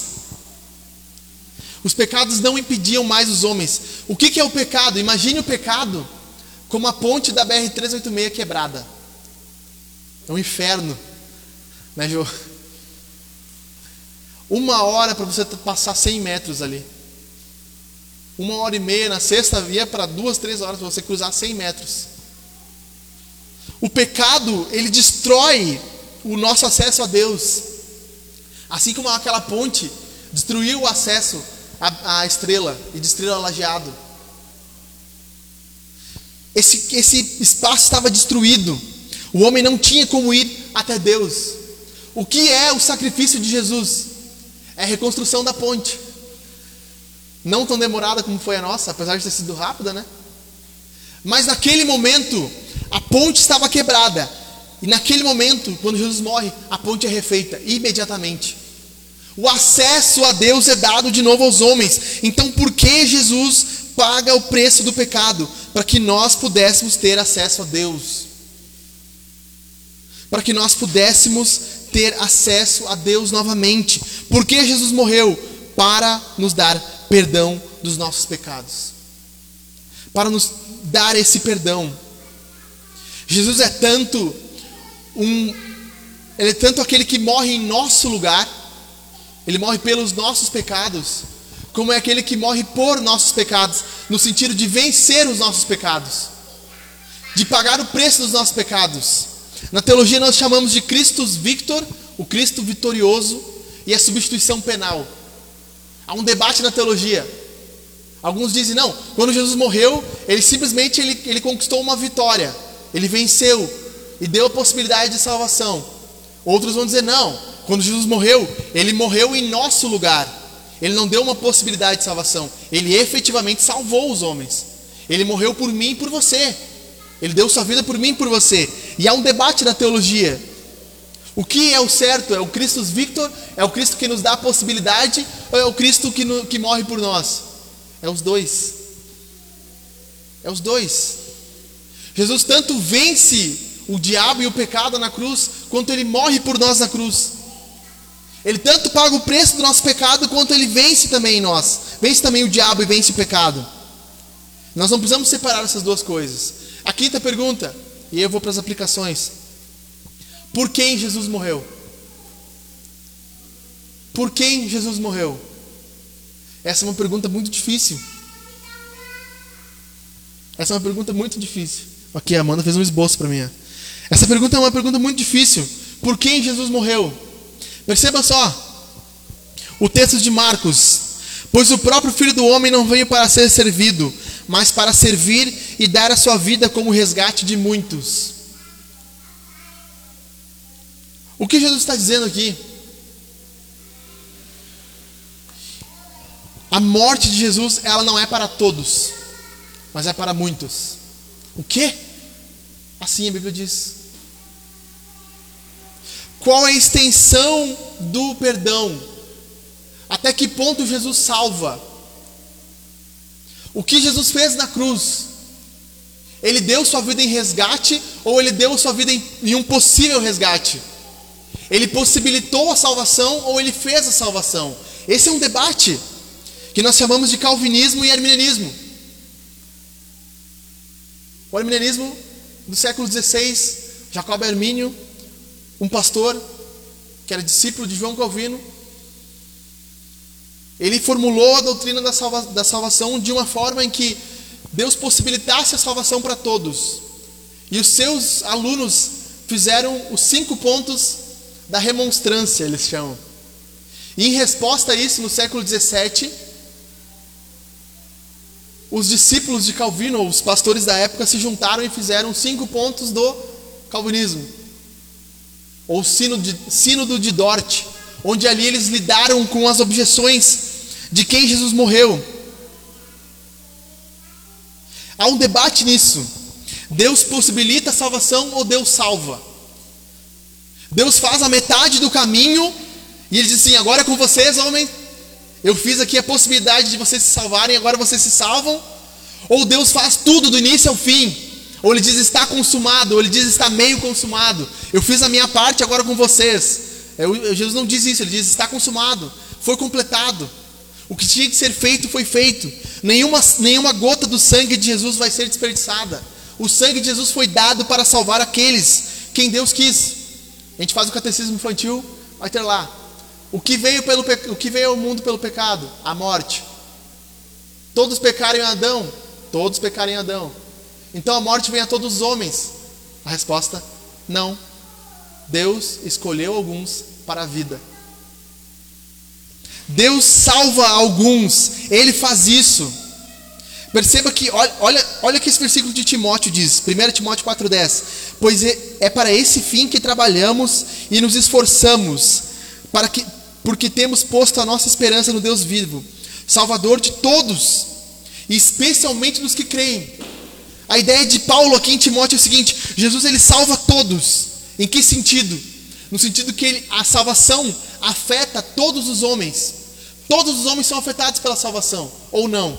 Os pecados não impediam mais os homens. O que é o pecado? Imagine o pecado como a ponte da BR-386 quebrada. É um inferno, né, Jô? 1 hora para você passar 100 metros ali. 1h30 na sexta via para 2, 3 horas para você cruzar 100 metros. O pecado, ele destrói o nosso acesso a Deus. Assim como aquela ponte destruiu o acesso à estrela e destruiu o lajeado. Esse espaço estava destruído. O homem não tinha como ir até Deus. O que é o sacrifício de Jesus? É a reconstrução da ponte. Não tão demorada como foi a nossa, apesar de ter sido rápida, né? Mas naquele momento, a ponte estava quebrada. E naquele momento, quando Jesus morre, a ponte é refeita imediatamente. O acesso a Deus é dado de novo aos homens. Então por que Jesus paga o preço do pecado? Para que nós pudéssemos ter acesso a Deus. Para que nós pudéssemos ter acesso a Deus novamente. Por que Jesus morreu? Para nos dar perdão dos nossos pecados. Para nos dar esse perdão. Jesus é tanto ele é tanto aquele que morre em nosso lugar, ele morre pelos nossos pecados, como é aquele que morre por nossos pecados, no sentido de vencer os nossos pecados, de pagar o preço dos nossos pecados. Na teologia nós chamamos de Christus Victor, o Cristo vitorioso, e a substituição penal. Há um debate na teologia. Alguns dizem, não, quando Jesus morreu, ele simplesmente ele conquistou uma vitória, ele venceu e deu a possibilidade de salvação. Outros vão dizer, não, quando Jesus morreu, ele morreu em nosso lugar. Ele não deu uma possibilidade de salvação, ele efetivamente salvou os homens. Ele morreu por mim e por você. Ele deu sua vida por mim e por você. E há um debate na teologia. O que é o certo? É o Christus Victor? É o Cristo que nos dá a possibilidade? Ou é o Cristo que morre por nós? É os dois. É os dois. Jesus tanto vence o diabo e o pecado na cruz, quanto ele morre por nós na cruz. Ele tanto paga o preço do nosso pecado, quanto ele vence também em nós. Vence também o diabo e vence o pecado. Nós não precisamos separar essas duas coisas. A quinta pergunta, e eu vou para as aplicações. Por quem Jesus morreu? Por quem Jesus morreu? Essa é uma pergunta muito difícil. Essa é uma pergunta muito difícil. Aqui a Amanda fez um esboço para mim. Essa pergunta é uma pergunta muito difícil. Por quem Jesus morreu? Perceba só. O texto de Marcos. Pois o próprio Filho do Homem não veio para ser servido, mas para servir e dar a sua vida como resgate de muitos. O que Jesus está dizendo aqui? A morte de Jesus, ela não é para todos, mas é para muitos. O quê? Assim a Bíblia diz. Qual é a extensão do perdão? Até que ponto Jesus salva? O que Jesus fez na cruz? Ele deu sua vida em resgate ou ele deu sua vida em um possível resgate? Ele possibilitou a salvação ou ele fez a salvação? Esse é um debate que nós chamamos de calvinismo e arminianismo. O arminianismo do século XVI, Jacob Armínio, um pastor que era discípulo de João Calvino, ele formulou a doutrina da salvação de uma forma em que Deus possibilitasse a salvação para todos. E os seus alunos fizeram os 5 pontos da remonstrância, eles chamam. E em resposta a isso, no século XVII, os discípulos de Calvino, ou os pastores da época, se juntaram e fizeram 5 pontos do calvinismo, ou sínodo de Dort, onde ali eles lidaram com as objeções de quem Jesus morreu. Há um debate nisso. Deus possibilita a salvação ou Deus salva? Deus faz a metade do caminho e ele diz assim: agora é com vocês, homem. Eu fiz aqui a possibilidade de vocês se salvarem, agora vocês se salvam. Ou Deus faz tudo do início ao fim. Ou ele diz está consumado, ou ele diz está meio consumado. Eu fiz a minha parte, agora com vocês. Jesus não diz isso, ele diz está consumado, foi completado. O que tinha que ser feito foi feito. Nenhuma gota do sangue de Jesus vai ser desperdiçada. O sangue de Jesus foi dado para salvar aqueles quem Deus quis. A gente faz o catecismo infantil, vai ter lá: o que veio ao mundo pelo pecado? A morte. Todos pecaram em Adão. Todos pecaram em Adão. Então a morte vem a todos os homens. A resposta: não. Deus escolheu alguns para a vida. Deus salva alguns. Ele faz isso. Perceba que, olha que esse versículo de Timóteo diz, 1 Timóteo 4,10: pois é para esse fim que trabalhamos e nos esforçamos, porque temos posto a nossa esperança no Deus vivo, Salvador de todos, e especialmente dos que creem. A ideia de Paulo aqui em Timóteo é o seguinte: Jesus ele salva todos. Em que sentido? No sentido que a salvação afeta todos os homens. Todos os homens são afetados pela salvação, ou não?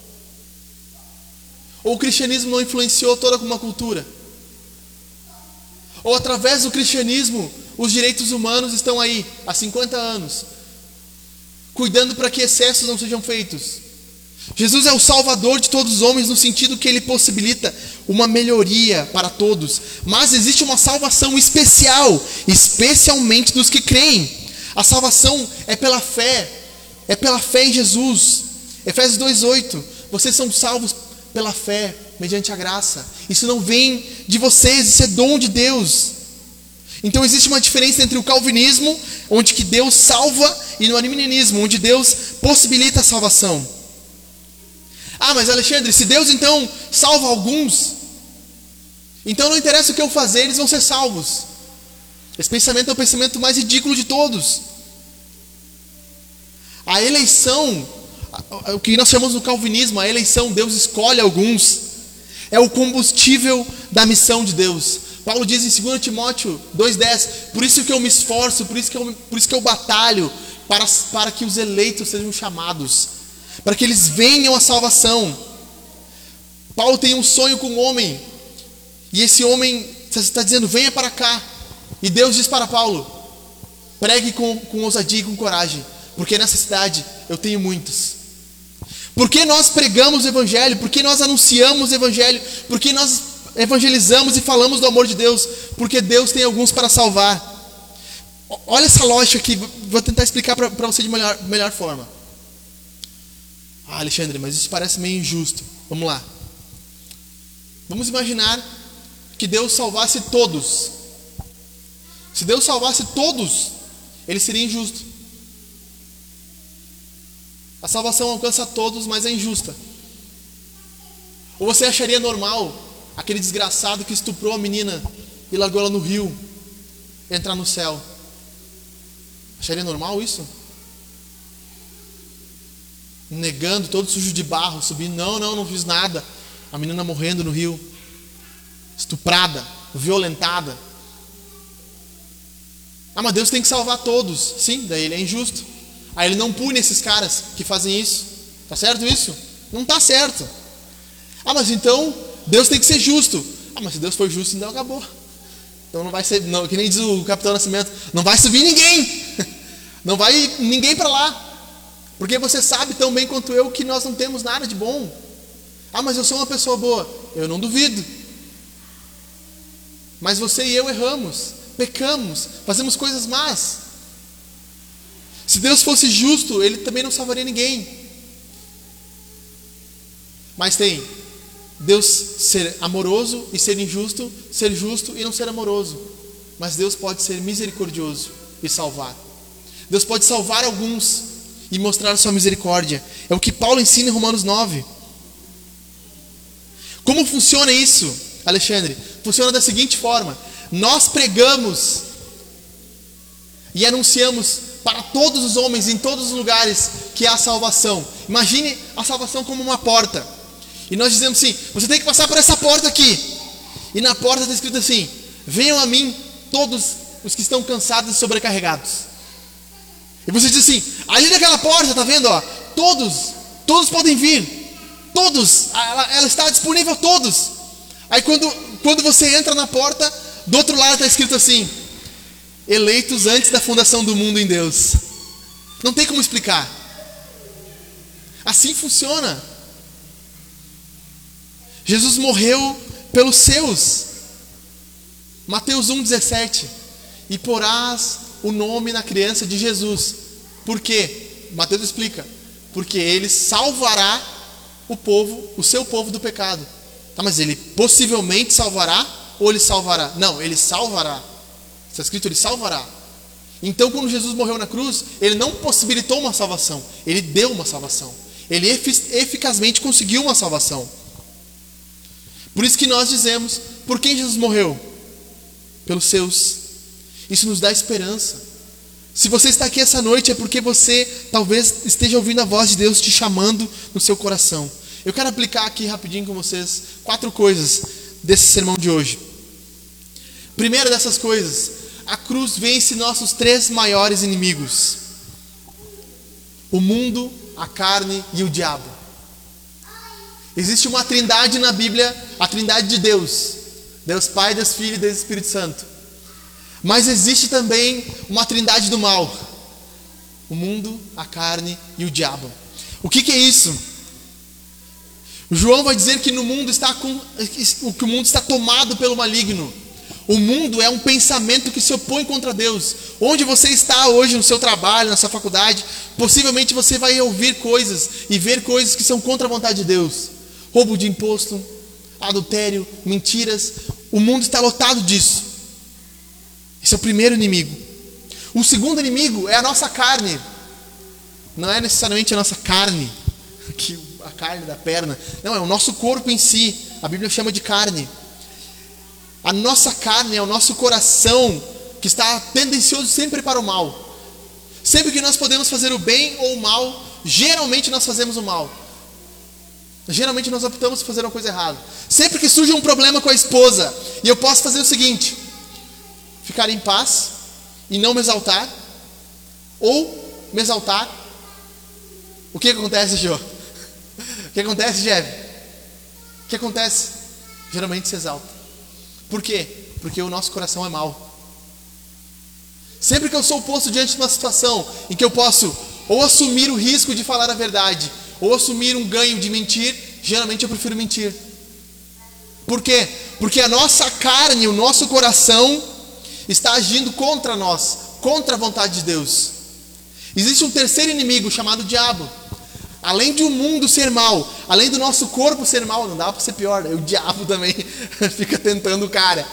Ou o cristianismo não influenciou toda uma cultura? Ou através do cristianismo os direitos humanos estão aí há 50 anos, cuidando para que excessos não sejam feitos? Jesus é o salvador de todos os homens no sentido que ele possibilita uma melhoria para todos. Mas existe uma salvação especial, especialmente dos que creem. A salvação é pela fé em Jesus. Efésios 2:8: vocês são salvos pela fé, mediante a graça. Isso não vem de vocês, isso é dom de Deus. Então existe uma diferença entre o calvinismo, onde que Deus salva, e no arminianismo, onde Deus possibilita a salvação. Ah, mas Alexandre, se Deus então salva alguns, então não interessa o que eu fazer, eles vão ser salvos. Esse pensamento é o pensamento mais ridículo de todos. A eleição, o que nós chamamos no calvinismo, a eleição, Deus escolhe alguns, é o combustível da missão de Deus. Paulo diz em 2 Timóteo 2,10: por isso que eu me esforço, por isso que eu batalho, para que os eleitos sejam chamados, para que eles venham à salvação. Paulo tem um sonho com um homem, e esse homem está dizendo: venha para cá. E Deus diz para Paulo: pregue com ousadia e com coragem, porque nessa cidade eu tenho muitos. Por que nós pregamos o Evangelho? Por que nós anunciamos o Evangelho? Por que nós evangelizamos e falamos do amor de Deus? Porque Deus tem alguns para salvar. Olha essa lógica aqui, vou tentar explicar para você de melhor forma. Ah, Alexandre, mas isso parece meio injusto. Vamos lá. Vamos imaginar que Deus salvasse todos. Se Deus salvasse todos, ele seria injusto. A salvação alcança todos, mas é injusta. Ou você acharia normal aquele desgraçado que estuprou a menina e largou ela no rio entrar no céu? Acharia normal isso? negando, todo sujo de barro, subindo, não fiz nada. A menina morrendo no rio, estuprada, violentada. Ah, mas Deus tem que salvar todos. Sim, daí ele é injusto. Aí ele não pune esses caras que fazem isso. Tá certo isso? Não tá certo. Ah, mas então Deus tem que ser justo. Ah, mas se Deus for justo, então acabou. Então não vai ser, não, que nem diz o Capitão Nascimento, não vai subir ninguém. Não vai ninguém para lá. Porque você sabe tão bem quanto eu que nós não temos nada de bom. Ah, mas eu sou uma pessoa boa. Eu não duvido. Mas você e eu erramos, pecamos, fazemos coisas más. Se Deus fosse justo, Ele também não salvaria ninguém. Mas tem Deus ser amoroso e ser injusto, ser justo e não ser amoroso. Mas Deus pode ser misericordioso e salvar. Deus pode salvar alguns e mostrar a sua misericórdia. É o que Paulo ensina em Romanos 9. Como funciona isso, Alexandre? Funciona da seguinte forma: nós pregamos e anunciamos para todos os homens, em todos os lugares, que há salvação. Imagine a salvação como uma porta. E nós dizemos assim: você tem que passar por essa porta aqui. E na porta está escrito assim: venham a mim todos os que estão cansados e sobrecarregados. E você diz assim: ali naquela porta, está vendo? Ó, todos podem vir. Todos, ela está disponível a todos. Aí quando você entra na porta, do outro lado está escrito assim: eleitos antes da fundação do mundo em Deus. Não tem como explicar. Assim funciona. Jesus morreu pelos seus. Mateus 1,17. E porás o nome na criança de Jesus. Por quê? Mateus explica. Porque ele salvará o povo, o seu povo do pecado. Tá, mas ele possivelmente salvará ou ele salvará? Não, ele salvará. Está escrito, ele salvará. Então, quando Jesus morreu na cruz, ele não possibilitou uma salvação, ele deu uma salvação. Ele eficazmente conseguiu uma salvação. Por isso que nós dizemos: por quem Jesus morreu? Pelos seus. Isso nos dá esperança. Se você está aqui essa noite, é porque você talvez esteja ouvindo a voz de Deus te chamando no seu coração. Eu quero aplicar aqui rapidinho com vocês 4 coisas desse sermão de hoje. Primeira dessas coisas: a cruz vence nossos 3 maiores inimigos: o mundo, a carne e o diabo. Existe uma trindade na Bíblia, a trindade de Deus: Deus Pai, Deus Filho e Deus Espírito Santo. Mas existe também uma trindade do mal: o mundo, a carne e o diabo. O que é isso? João vai dizer que no mundo que o mundo está tomado pelo maligno. O mundo é um pensamento que se opõe contra Deus. Onde você está hoje, no seu trabalho, na sua faculdade, possivelmente você vai ouvir coisas e ver coisas que são contra a vontade de Deus. Roubo de imposto, adultério, mentiras. O mundo está lotado disso. Esse é o primeiro inimigo. O segundo inimigo é a nossa carne. Não é necessariamente a nossa carne, a carne da perna. Não, é o nosso corpo em si. A Bíblia chama de carne. A nossa carne é o nosso coração, que está tendencioso sempre para o mal. Sempre que nós podemos fazer o bem ou o mal, geralmente nós fazemos o mal. Geralmente nós optamos por fazer uma coisa errada. Sempre que surge um problema com a esposa e eu posso fazer o seguinte: ficar em paz e não me exaltar, ou me exaltar, o que acontece, Jô? O que acontece, Jeff? O que acontece? Geralmente se exalta. Por quê? Porque o nosso coração é mau. Sempre que eu sou posto diante de uma situação em que eu posso ou assumir o risco de falar a verdade, ou assumir um ganho de mentir, geralmente eu prefiro mentir. Por quê? Porque a nossa carne, o nosso coração está agindo contra nós, contra a vontade de Deus. Existe um terceiro inimigo chamado diabo. Além de o mundo ser mal, além do nosso corpo ser mal, não dá para ser pior, né? O diabo também fica tentando o cara.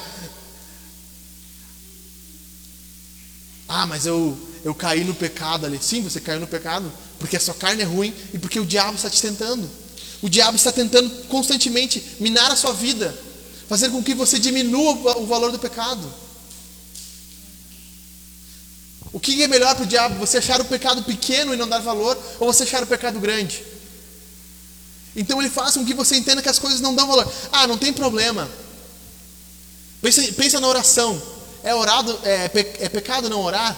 Ah, mas eu caí no pecado ali. Sim, você caiu no pecado porque a sua carne é ruim e porque o diabo está te tentando. O diabo está tentando constantemente minar a sua vida, fazer com que você diminua o valor do pecado. O que é melhor para o diabo? Você achar o pecado pequeno e não dar valor, ou você achar o pecado grande? Então ele faz com que você entenda que as coisas não dão valor. Ah, não tem problema. Pensa na oração. É pecado não orar?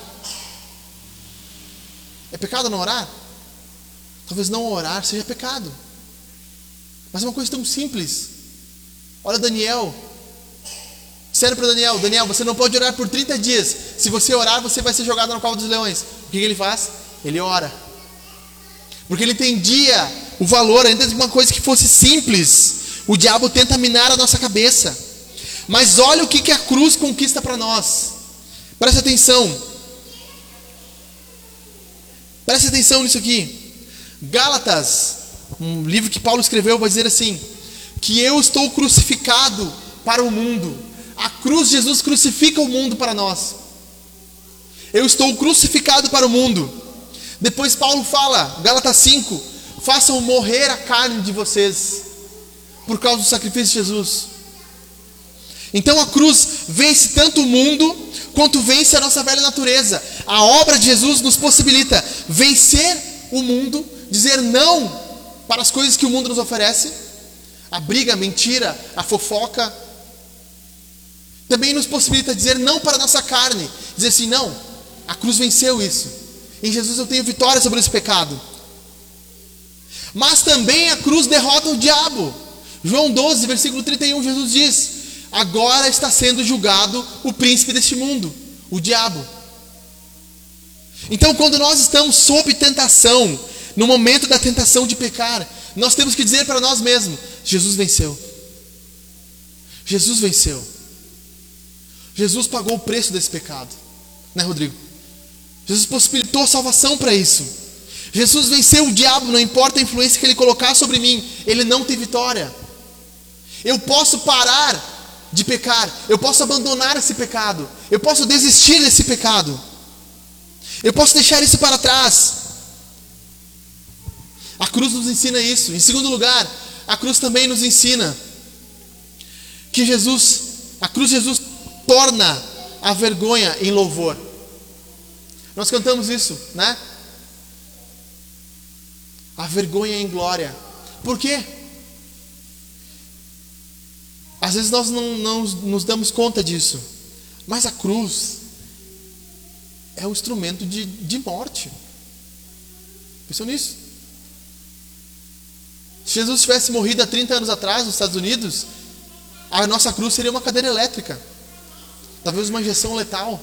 É pecado não orar? Talvez não orar seja pecado. Mas é uma coisa tão simples. Olha Daniel. Disseram para Daniel: Daniel, você não pode orar por 30 dias. Se você orar, você vai ser jogado na cova dos leões. O que ele faz? Ele ora. Porque ele entendia o valor, ainda de uma coisa que fosse simples. O diabo tenta minar a nossa cabeça. Mas olha o que a cruz conquista para nós. Preste atenção. Preste atenção nisso aqui. Gálatas, um livro que Paulo escreveu, vai dizer assim: que eu estou crucificado para o mundo. A cruz de Jesus crucifica o mundo para nós. Eu estou crucificado para o mundo. Depois Paulo fala, Gálatas 5: façam morrer a carne de vocês por causa do sacrifício de Jesus. Então a cruz vence tanto o mundo quanto vence a nossa velha natureza. A obra de Jesus nos possibilita vencer o mundo, dizer não para as coisas que o mundo nos oferece, a briga, a mentira, a fofoca. Também nos possibilita dizer não para a nossa carne, dizer assim: não, a cruz venceu isso. Em Jesus eu tenho vitória sobre esse pecado. Mas também a cruz derrota o diabo. João 12, versículo 31, Jesus diz: agora está sendo julgado o príncipe deste mundo, o diabo. Então, quando nós estamos sob tentação, no momento da tentação de pecar, nós temos que dizer para nós mesmos: Jesus venceu. Jesus venceu. Jesus pagou o preço desse pecado, né, Rodrigo? Jesus possibilitou salvação para isso. Jesus venceu o diabo, não importa a influência que ele colocar sobre mim, ele não tem vitória. Eu posso parar de pecar, eu posso abandonar esse pecado, eu posso desistir desse pecado, eu posso deixar isso para trás. A cruz nos ensina isso. Em segundo lugar, a cruz também nos ensina que a cruz de Jesus torna a vergonha em louvor. Nós cantamos isso, né? A vergonha em glória. Por quê? Às vezes nós não nos damos conta disso, mas a cruz é um instrumento de morte. Pensou nisso? Se Jesus tivesse morrido há 30 anos atrás nos Estados Unidos, a nossa cruz seria uma cadeira elétrica, talvez uma injeção letal.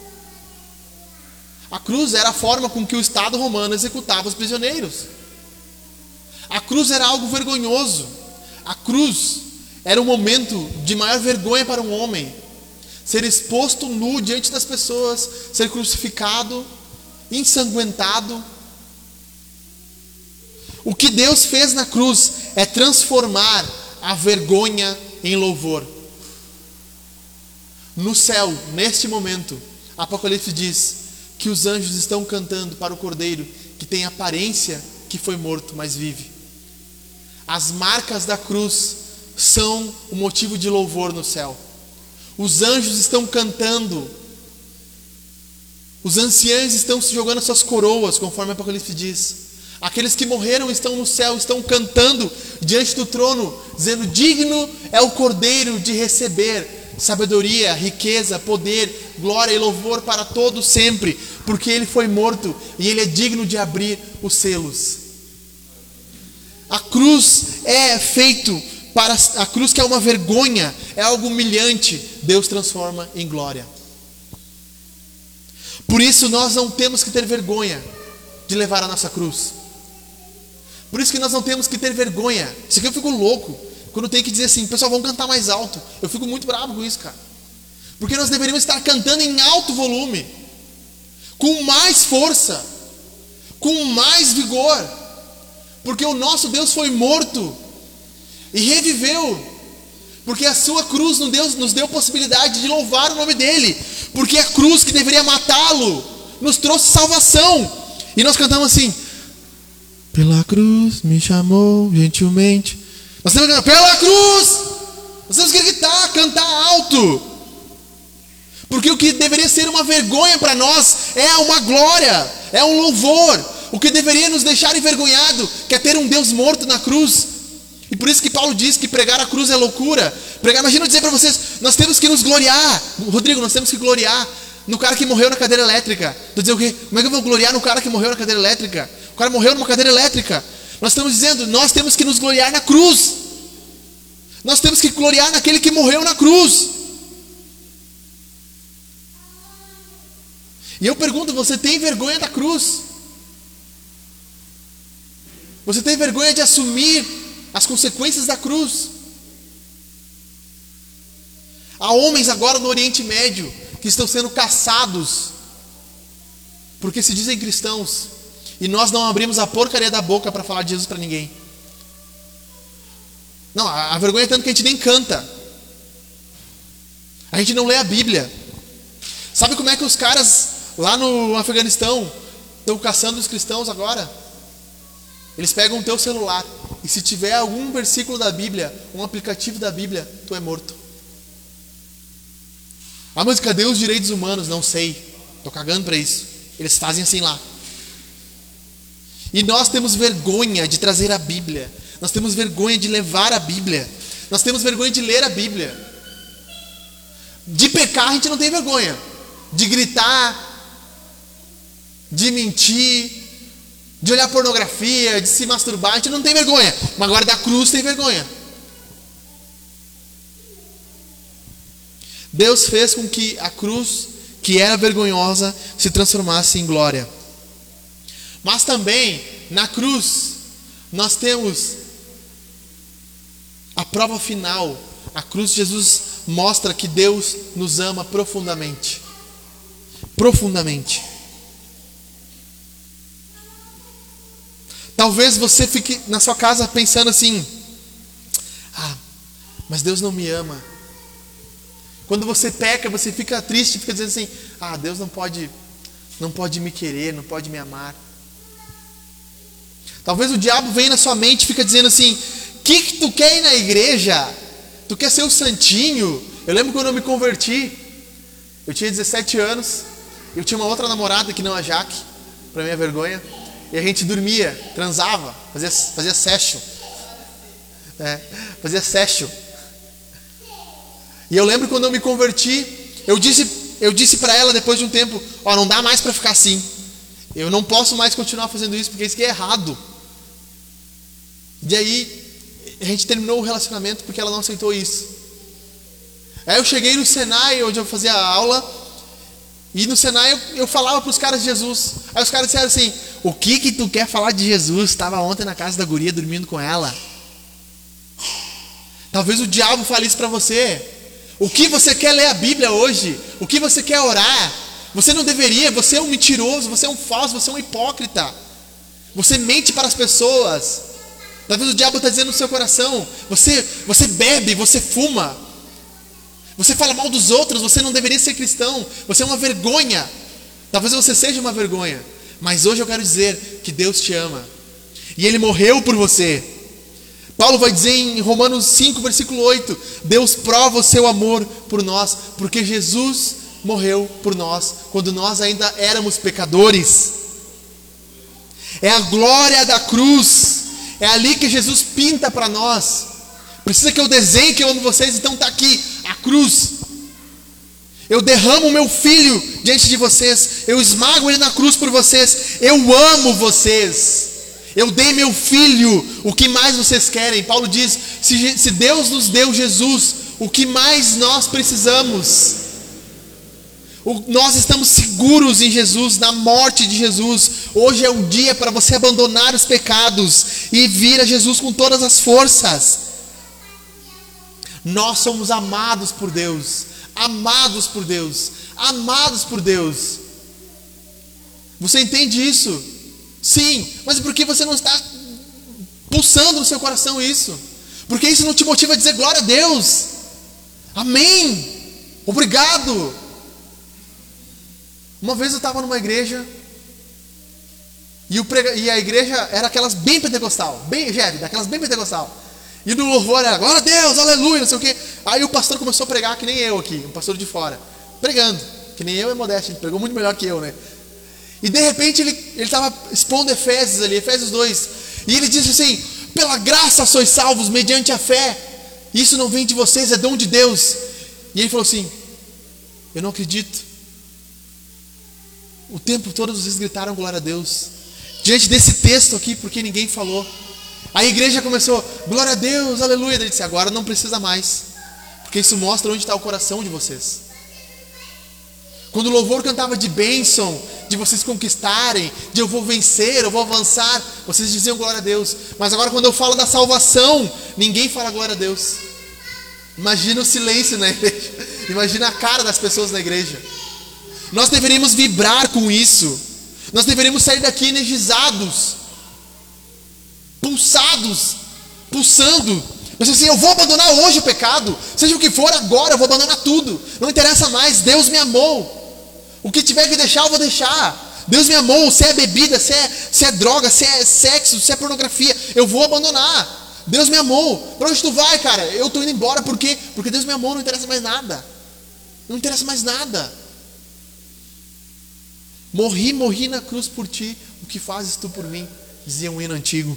A cruz era a forma com que o Estado romano executava os prisioneiros. A cruz era algo vergonhoso. A cruz era um momento de maior vergonha para um homem. Ser exposto nu diante das pessoas, ser crucificado, ensanguentado. O que Deus fez na cruz é transformar a vergonha em louvor. No céu, neste momento, Apocalipse diz que os anjos estão cantando para o Cordeiro, que tem aparência que foi morto, mas vive. As marcas da cruz são o motivo de louvor no céu. Os anjos estão cantando. Os anciãos estão se jogando suas coroas, conforme Apocalipse diz. Aqueles que morreram estão no céu, estão cantando diante do trono, dizendo: digno é o Cordeiro de receber sabedoria, riqueza, poder, glória e louvor para todos sempre, porque ele foi morto e ele é digno de abrir os selos. A cruz é feito para a cruz, que é uma vergonha, é algo humilhante, Deus transforma em glória. Por isso nós não temos que ter vergonha de levar a nossa cruz. Por isso que nós não temos que ter vergonha. Isso aqui eu fico louco quando tem que dizer assim: pessoal, vamos cantar mais alto. Eu fico muito bravo com isso, cara. Porque nós deveríamos estar cantando em alto volume, com mais força, com mais vigor, porque o nosso Deus foi morto e reviveu, porque a sua cruz nos deu possibilidade de louvar o nome dele, porque a cruz que deveria matá-lo nos trouxe salvação. E nós cantamos assim: pela cruz me chamou gentilmente. Nós temos que cantar: pela cruz! Nós temos que gritar, cantar alto, Porque o que deveria ser uma vergonha para nós é uma glória, é um louvor. O que deveria nos deixar envergonhado, que é ter um Deus morto na cruz. E por isso que Paulo diz que pregar a cruz é loucura. Imagina eu dizer para vocês, nós temos que nos gloriar. Rodrigo, nós temos que gloriar no cara que morreu na cadeira elétrica. Tu dizer o quê? Como é que eu vou gloriar no cara que morreu na cadeira elétrica? O cara morreu numa cadeira elétrica. Nós estamos dizendo, nós temos que nos gloriar na cruz. Nós temos que gloriar naquele que morreu na cruz. E eu pergunto, você tem vergonha da cruz? Você tem vergonha de assumir as consequências da cruz? Há homens agora no Oriente Médio que estão sendo caçados porque se dizem cristãos, e nós não abrimos a porcaria da boca para falar de Jesus para ninguém. Não, a vergonha é tanto que a gente nem canta. A gente não lê a Bíblia. Sabe como é que os caras lá no Afeganistão estão caçando os cristãos agora? Eles pegam o teu celular e se tiver algum versículo da Bíblia, um aplicativo da Bíblia, tu é morto. Ah, mas cadê os direitos humanos? Não sei, tô cagando para isso. Eles fazem assim lá. E nós temos vergonha de trazer a Bíblia. Nós temos vergonha de levar a Bíblia. Nós temos vergonha de ler a Bíblia. De pecar a gente não tem vergonha. De gritar, de mentir, de olhar pornografia, de se masturbar, a gente não tem vergonha. Mas agora da cruz tem vergonha. Deus fez com que a cruz, que era vergonhosa, se transformasse em glória. Mas também, na cruz, nós temos a prova final. A cruz de Jesus mostra que Deus nos ama profundamente. Profundamente. Talvez você fique na sua casa pensando assim: ah, mas Deus não me ama. Quando você peca, você fica triste, fica dizendo assim: ah, Deus não pode me querer, não pode me amar. Talvez o diabo venha na sua mente e fica dizendo assim: que tu quer ir na igreja? Tu quer ser o santinho? Eu lembro quando eu me converti, eu tinha 17 anos, eu tinha uma outra namorada que não a Jaque, para minha vergonha, e a gente dormia, transava, fazia sexo. Fazia sexo. E eu lembro quando eu me converti, eu disse para ela depois de um tempo: ó, não dá mais para ficar assim. Eu não posso mais continuar fazendo isso, porque isso aqui é errado. E aí a gente terminou o relacionamento porque ela não aceitou isso. Aí eu cheguei no Senai, onde eu fazia a aula, e no Senai eu falava para os caras de Jesus. Aí os caras disseram assim: o que tu quer falar de Jesus? Estava ontem na casa da guria dormindo com ela. Talvez o diabo fale isso para você. O que você quer ler a Bíblia hoje? O que você quer orar? Você não deveria, você é um mentiroso, você é um falso, você é um hipócrita. Você mente para as pessoas. Talvez o diabo está dizendo no seu coração: você bebe, você fuma, você fala mal dos outros, você não deveria ser cristão, você é uma vergonha. Talvez você seja uma vergonha. Mas hoje eu quero dizer que Deus te ama. E Ele morreu por você. Paulo vai dizer em Romanos 5, versículo 8: Deus prova o seu amor por nós, porque Jesus morreu por nós, quando nós ainda éramos pecadores. É a glória da cruz. É ali que Jesus pinta para nós. Precisa que eu desenhe que eu amo vocês, então está aqui, a cruz. Eu derramo o meu filho diante de vocês, eu esmago ele na cruz por vocês, eu amo vocês. Eu dei meu filho, o que mais vocês querem? Paulo diz: se Deus nos deu Jesus, o que mais nós precisamos? Nós estamos seguros em Jesus, na morte de Jesus. Hoje é um dia para você abandonar os pecados e vir a Jesus com todas as forças. Nós somos amados por Deus, amados por Deus, amados por Deus. Você entende isso? Sim, mas por que você não está pulsando no seu coração isso? Porque isso não te motiva a dizer glória a Deus? Amém, obrigado. Uma vez eu estava numa igreja e a igreja era aquelas bem pentecostal, daquelas bem pentecostal. E no louvor era glória a Deus, aleluia, não sei o quê. Aí o pastor começou a pregar que nem eu aqui, um pastor de fora. pregando, que nem eu é modesto, ele pregou muito melhor que eu, né? E de repente ele estava expondo Efésios ali, Efésios 2, e ele disse assim: pela graça sois salvos mediante a fé, isso não vem de vocês, é dom de Deus. E ele falou assim: eu não acredito. O tempo todo vocês gritaram glória a Deus diante desse texto aqui, porque ninguém falou. A igreja começou, glória a Deus, aleluia. Ele disse: agora não precisa mais, porque isso mostra onde está o coração de vocês. Quando o louvor cantava de bênção, de vocês conquistarem, de eu vou vencer, eu vou avançar, vocês diziam glória a Deus. Mas agora quando eu falo da salvação, ninguém fala glória a Deus. Imagina o silêncio na igreja, imagina a cara das pessoas na igreja. Nós deveríamos vibrar com isso. Nós deveríamos sair daqui energizados, pulsados, pulsando. Mas assim, eu vou abandonar hoje o pecado, seja o que for agora, eu vou abandonar tudo. Não interessa mais, Deus me amou. O que tiver que deixar, eu vou deixar. Deus me amou, se é bebida, se é droga, se é sexo, se é pornografia, eu vou abandonar. Deus me amou. Para onde tu vai, cara? Eu estou indo embora, por quê? Porque Deus me amou, não interessa mais nada. Não interessa mais nada. Morri na cruz por ti, o que fazes tu por mim? Dizia um hino antigo.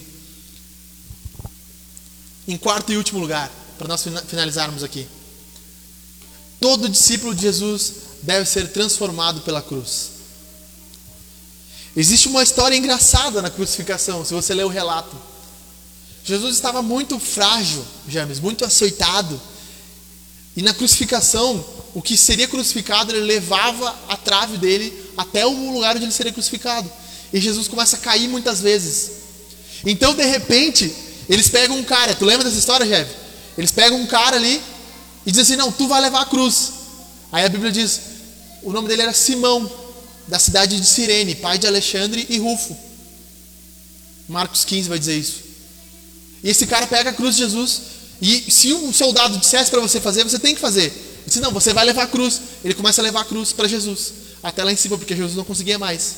Em quarto e último lugar, para nós finalizarmos aqui. Todo discípulo de Jesus deve ser transformado pela cruz. Existe uma história engraçada na crucificação, se você ler o relato. Jesus estava muito frágil, James, muito açoitado. E na crucificação, o que seria crucificado, ele levava a trave dele até o lugar onde ele seria crucificado. E Jesus começa a cair muitas vezes. Então, de repente, eles pegam um cara, tu lembra dessa história, Jeff? Eles pegam um cara ali e dizem assim: não, tu vai levar a cruz. Aí a Bíblia diz, o nome dele era Simão, da cidade de Cirene, pai de Alexandre e Rufo. Marcos 15 vai dizer isso. E esse cara pega a cruz de Jesus, e se um soldado dissesse para você fazer, você tem que fazer. Ele disse: não, você vai levar a cruz. Ele começa a levar a cruz para Jesus, até lá em cima, porque Jesus não conseguia mais.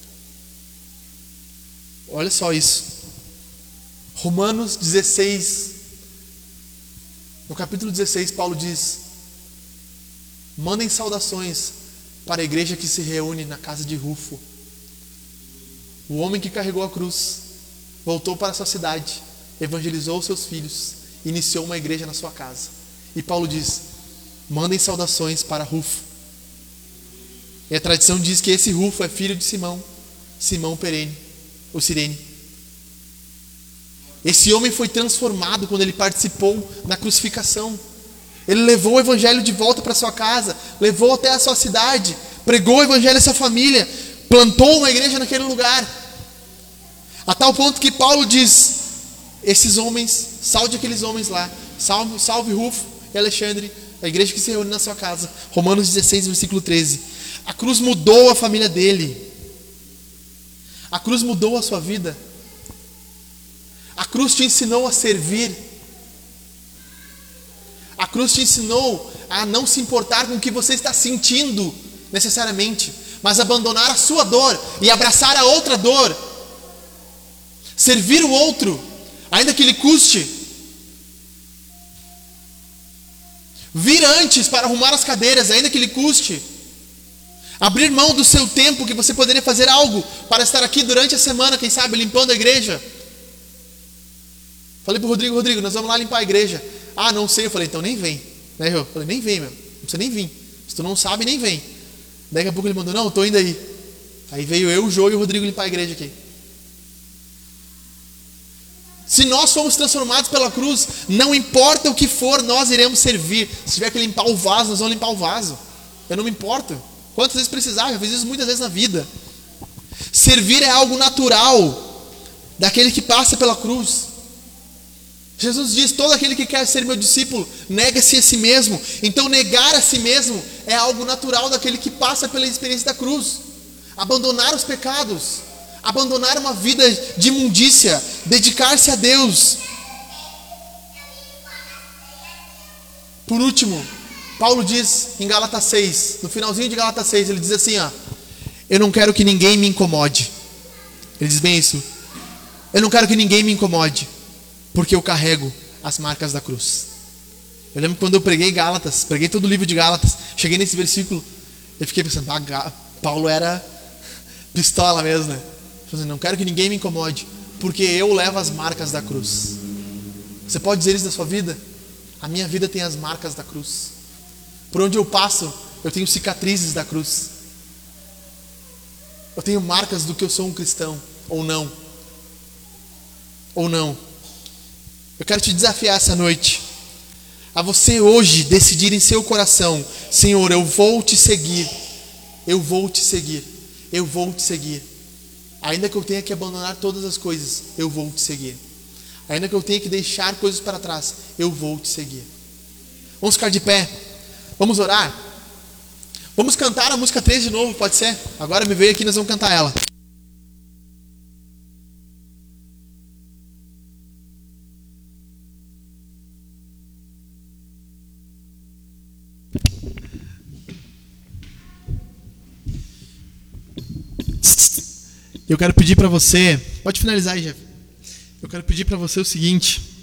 Olha só isso. Romanos 16, no capítulo 16, Paulo diz: mandem saudações para a igreja que se reúne na casa de Rufo. O homem que carregou a cruz voltou para a sua cidade, evangelizou os seus filhos, iniciou uma igreja na sua casa. E Paulo diz: mandem saudações para Rufo. E a tradição diz que esse Rufo é filho de Simão Perene, ou Cirene. Esse homem foi transformado quando ele participou da crucificação. Ele levou o evangelho de volta para sua casa, levou até a sua cidade, pregou o evangelho à sua família, plantou uma igreja naquele lugar. A tal ponto que Paulo diz: esses homens, salve aqueles homens lá, salve Rufo e Alexandre, a igreja que se reúne na sua casa. Romanos 16, versículo 13. A cruz mudou a família dele. A cruz mudou a sua vida. A cruz te ensinou a servir. A cruz te ensinou a não se importar com o que você está sentindo necessariamente, mas abandonar a sua dor e abraçar a outra dor. Servir o outro, ainda que lhe custe. Vir antes para arrumar as cadeiras, ainda que lhe custe. Abrir mão do seu tempo, que você poderia fazer algo para estar aqui durante a semana, quem sabe, limpando a igreja. Falei para o Rodrigo, nós vamos lá limpar a igreja. Ah, não sei. Eu falei: então nem vem. Né, eu falei: nem vem, meu. Não precisa nem vir. Se tu não sabe, nem vem. Daqui a pouco ele mandou: não, estou indo aí. Aí veio eu, o Jô e o Rodrigo limpar a igreja aqui. Se nós fomos transformados pela cruz, não importa o que for, nós iremos servir. Se tiver que limpar o vaso, nós vamos limpar o vaso. Eu não me importo. Quantas vezes precisar, já fiz isso muitas vezes na vida. Servir é algo natural daquele que passa pela cruz. Jesus diz: todo aquele que quer ser meu discípulo, nega-se a si mesmo. Então negar a si mesmo é algo natural daquele que passa pela experiência da cruz. Abandonar os pecados, abandonar uma vida de imundícia, dedicar-se a Deus. Por último, Paulo diz em Gálatas 6, no finalzinho de Gálatas 6, ele diz assim: eu não quero que ninguém me incomode. Ele diz bem isso: eu não quero que ninguém me incomode, porque eu carrego as marcas da cruz. Eu lembro quando eu preguei Gálatas, preguei todo o livro de Gálatas, cheguei nesse versículo, Eu fiquei pensando, Paulo era pistola mesmo, né? Falei, não quero que ninguém me incomode, porque eu levo as marcas da cruz. Você pode dizer isso da sua vida? A minha vida tem as marcas da cruz. Por onde eu passo, eu tenho cicatrizes da cruz. Eu tenho marcas do que eu sou um cristão, ou não. Ou não. Eu quero te desafiar essa noite, a você hoje decidir em seu coração: Senhor, eu vou te seguir. Eu vou te seguir. Eu vou te seguir. Ainda que eu tenha que abandonar todas as coisas, eu vou te seguir. Ainda que eu tenha que deixar coisas para trás, eu vou te seguir. Vamos ficar de pé. Vamos orar. Vamos cantar a música 3 de novo, pode ser? Agora me veio aqui, nós vamos cantar ela. Eu quero pedir para você, pode finalizar aí, Jeff. Eu quero pedir para você o seguinte: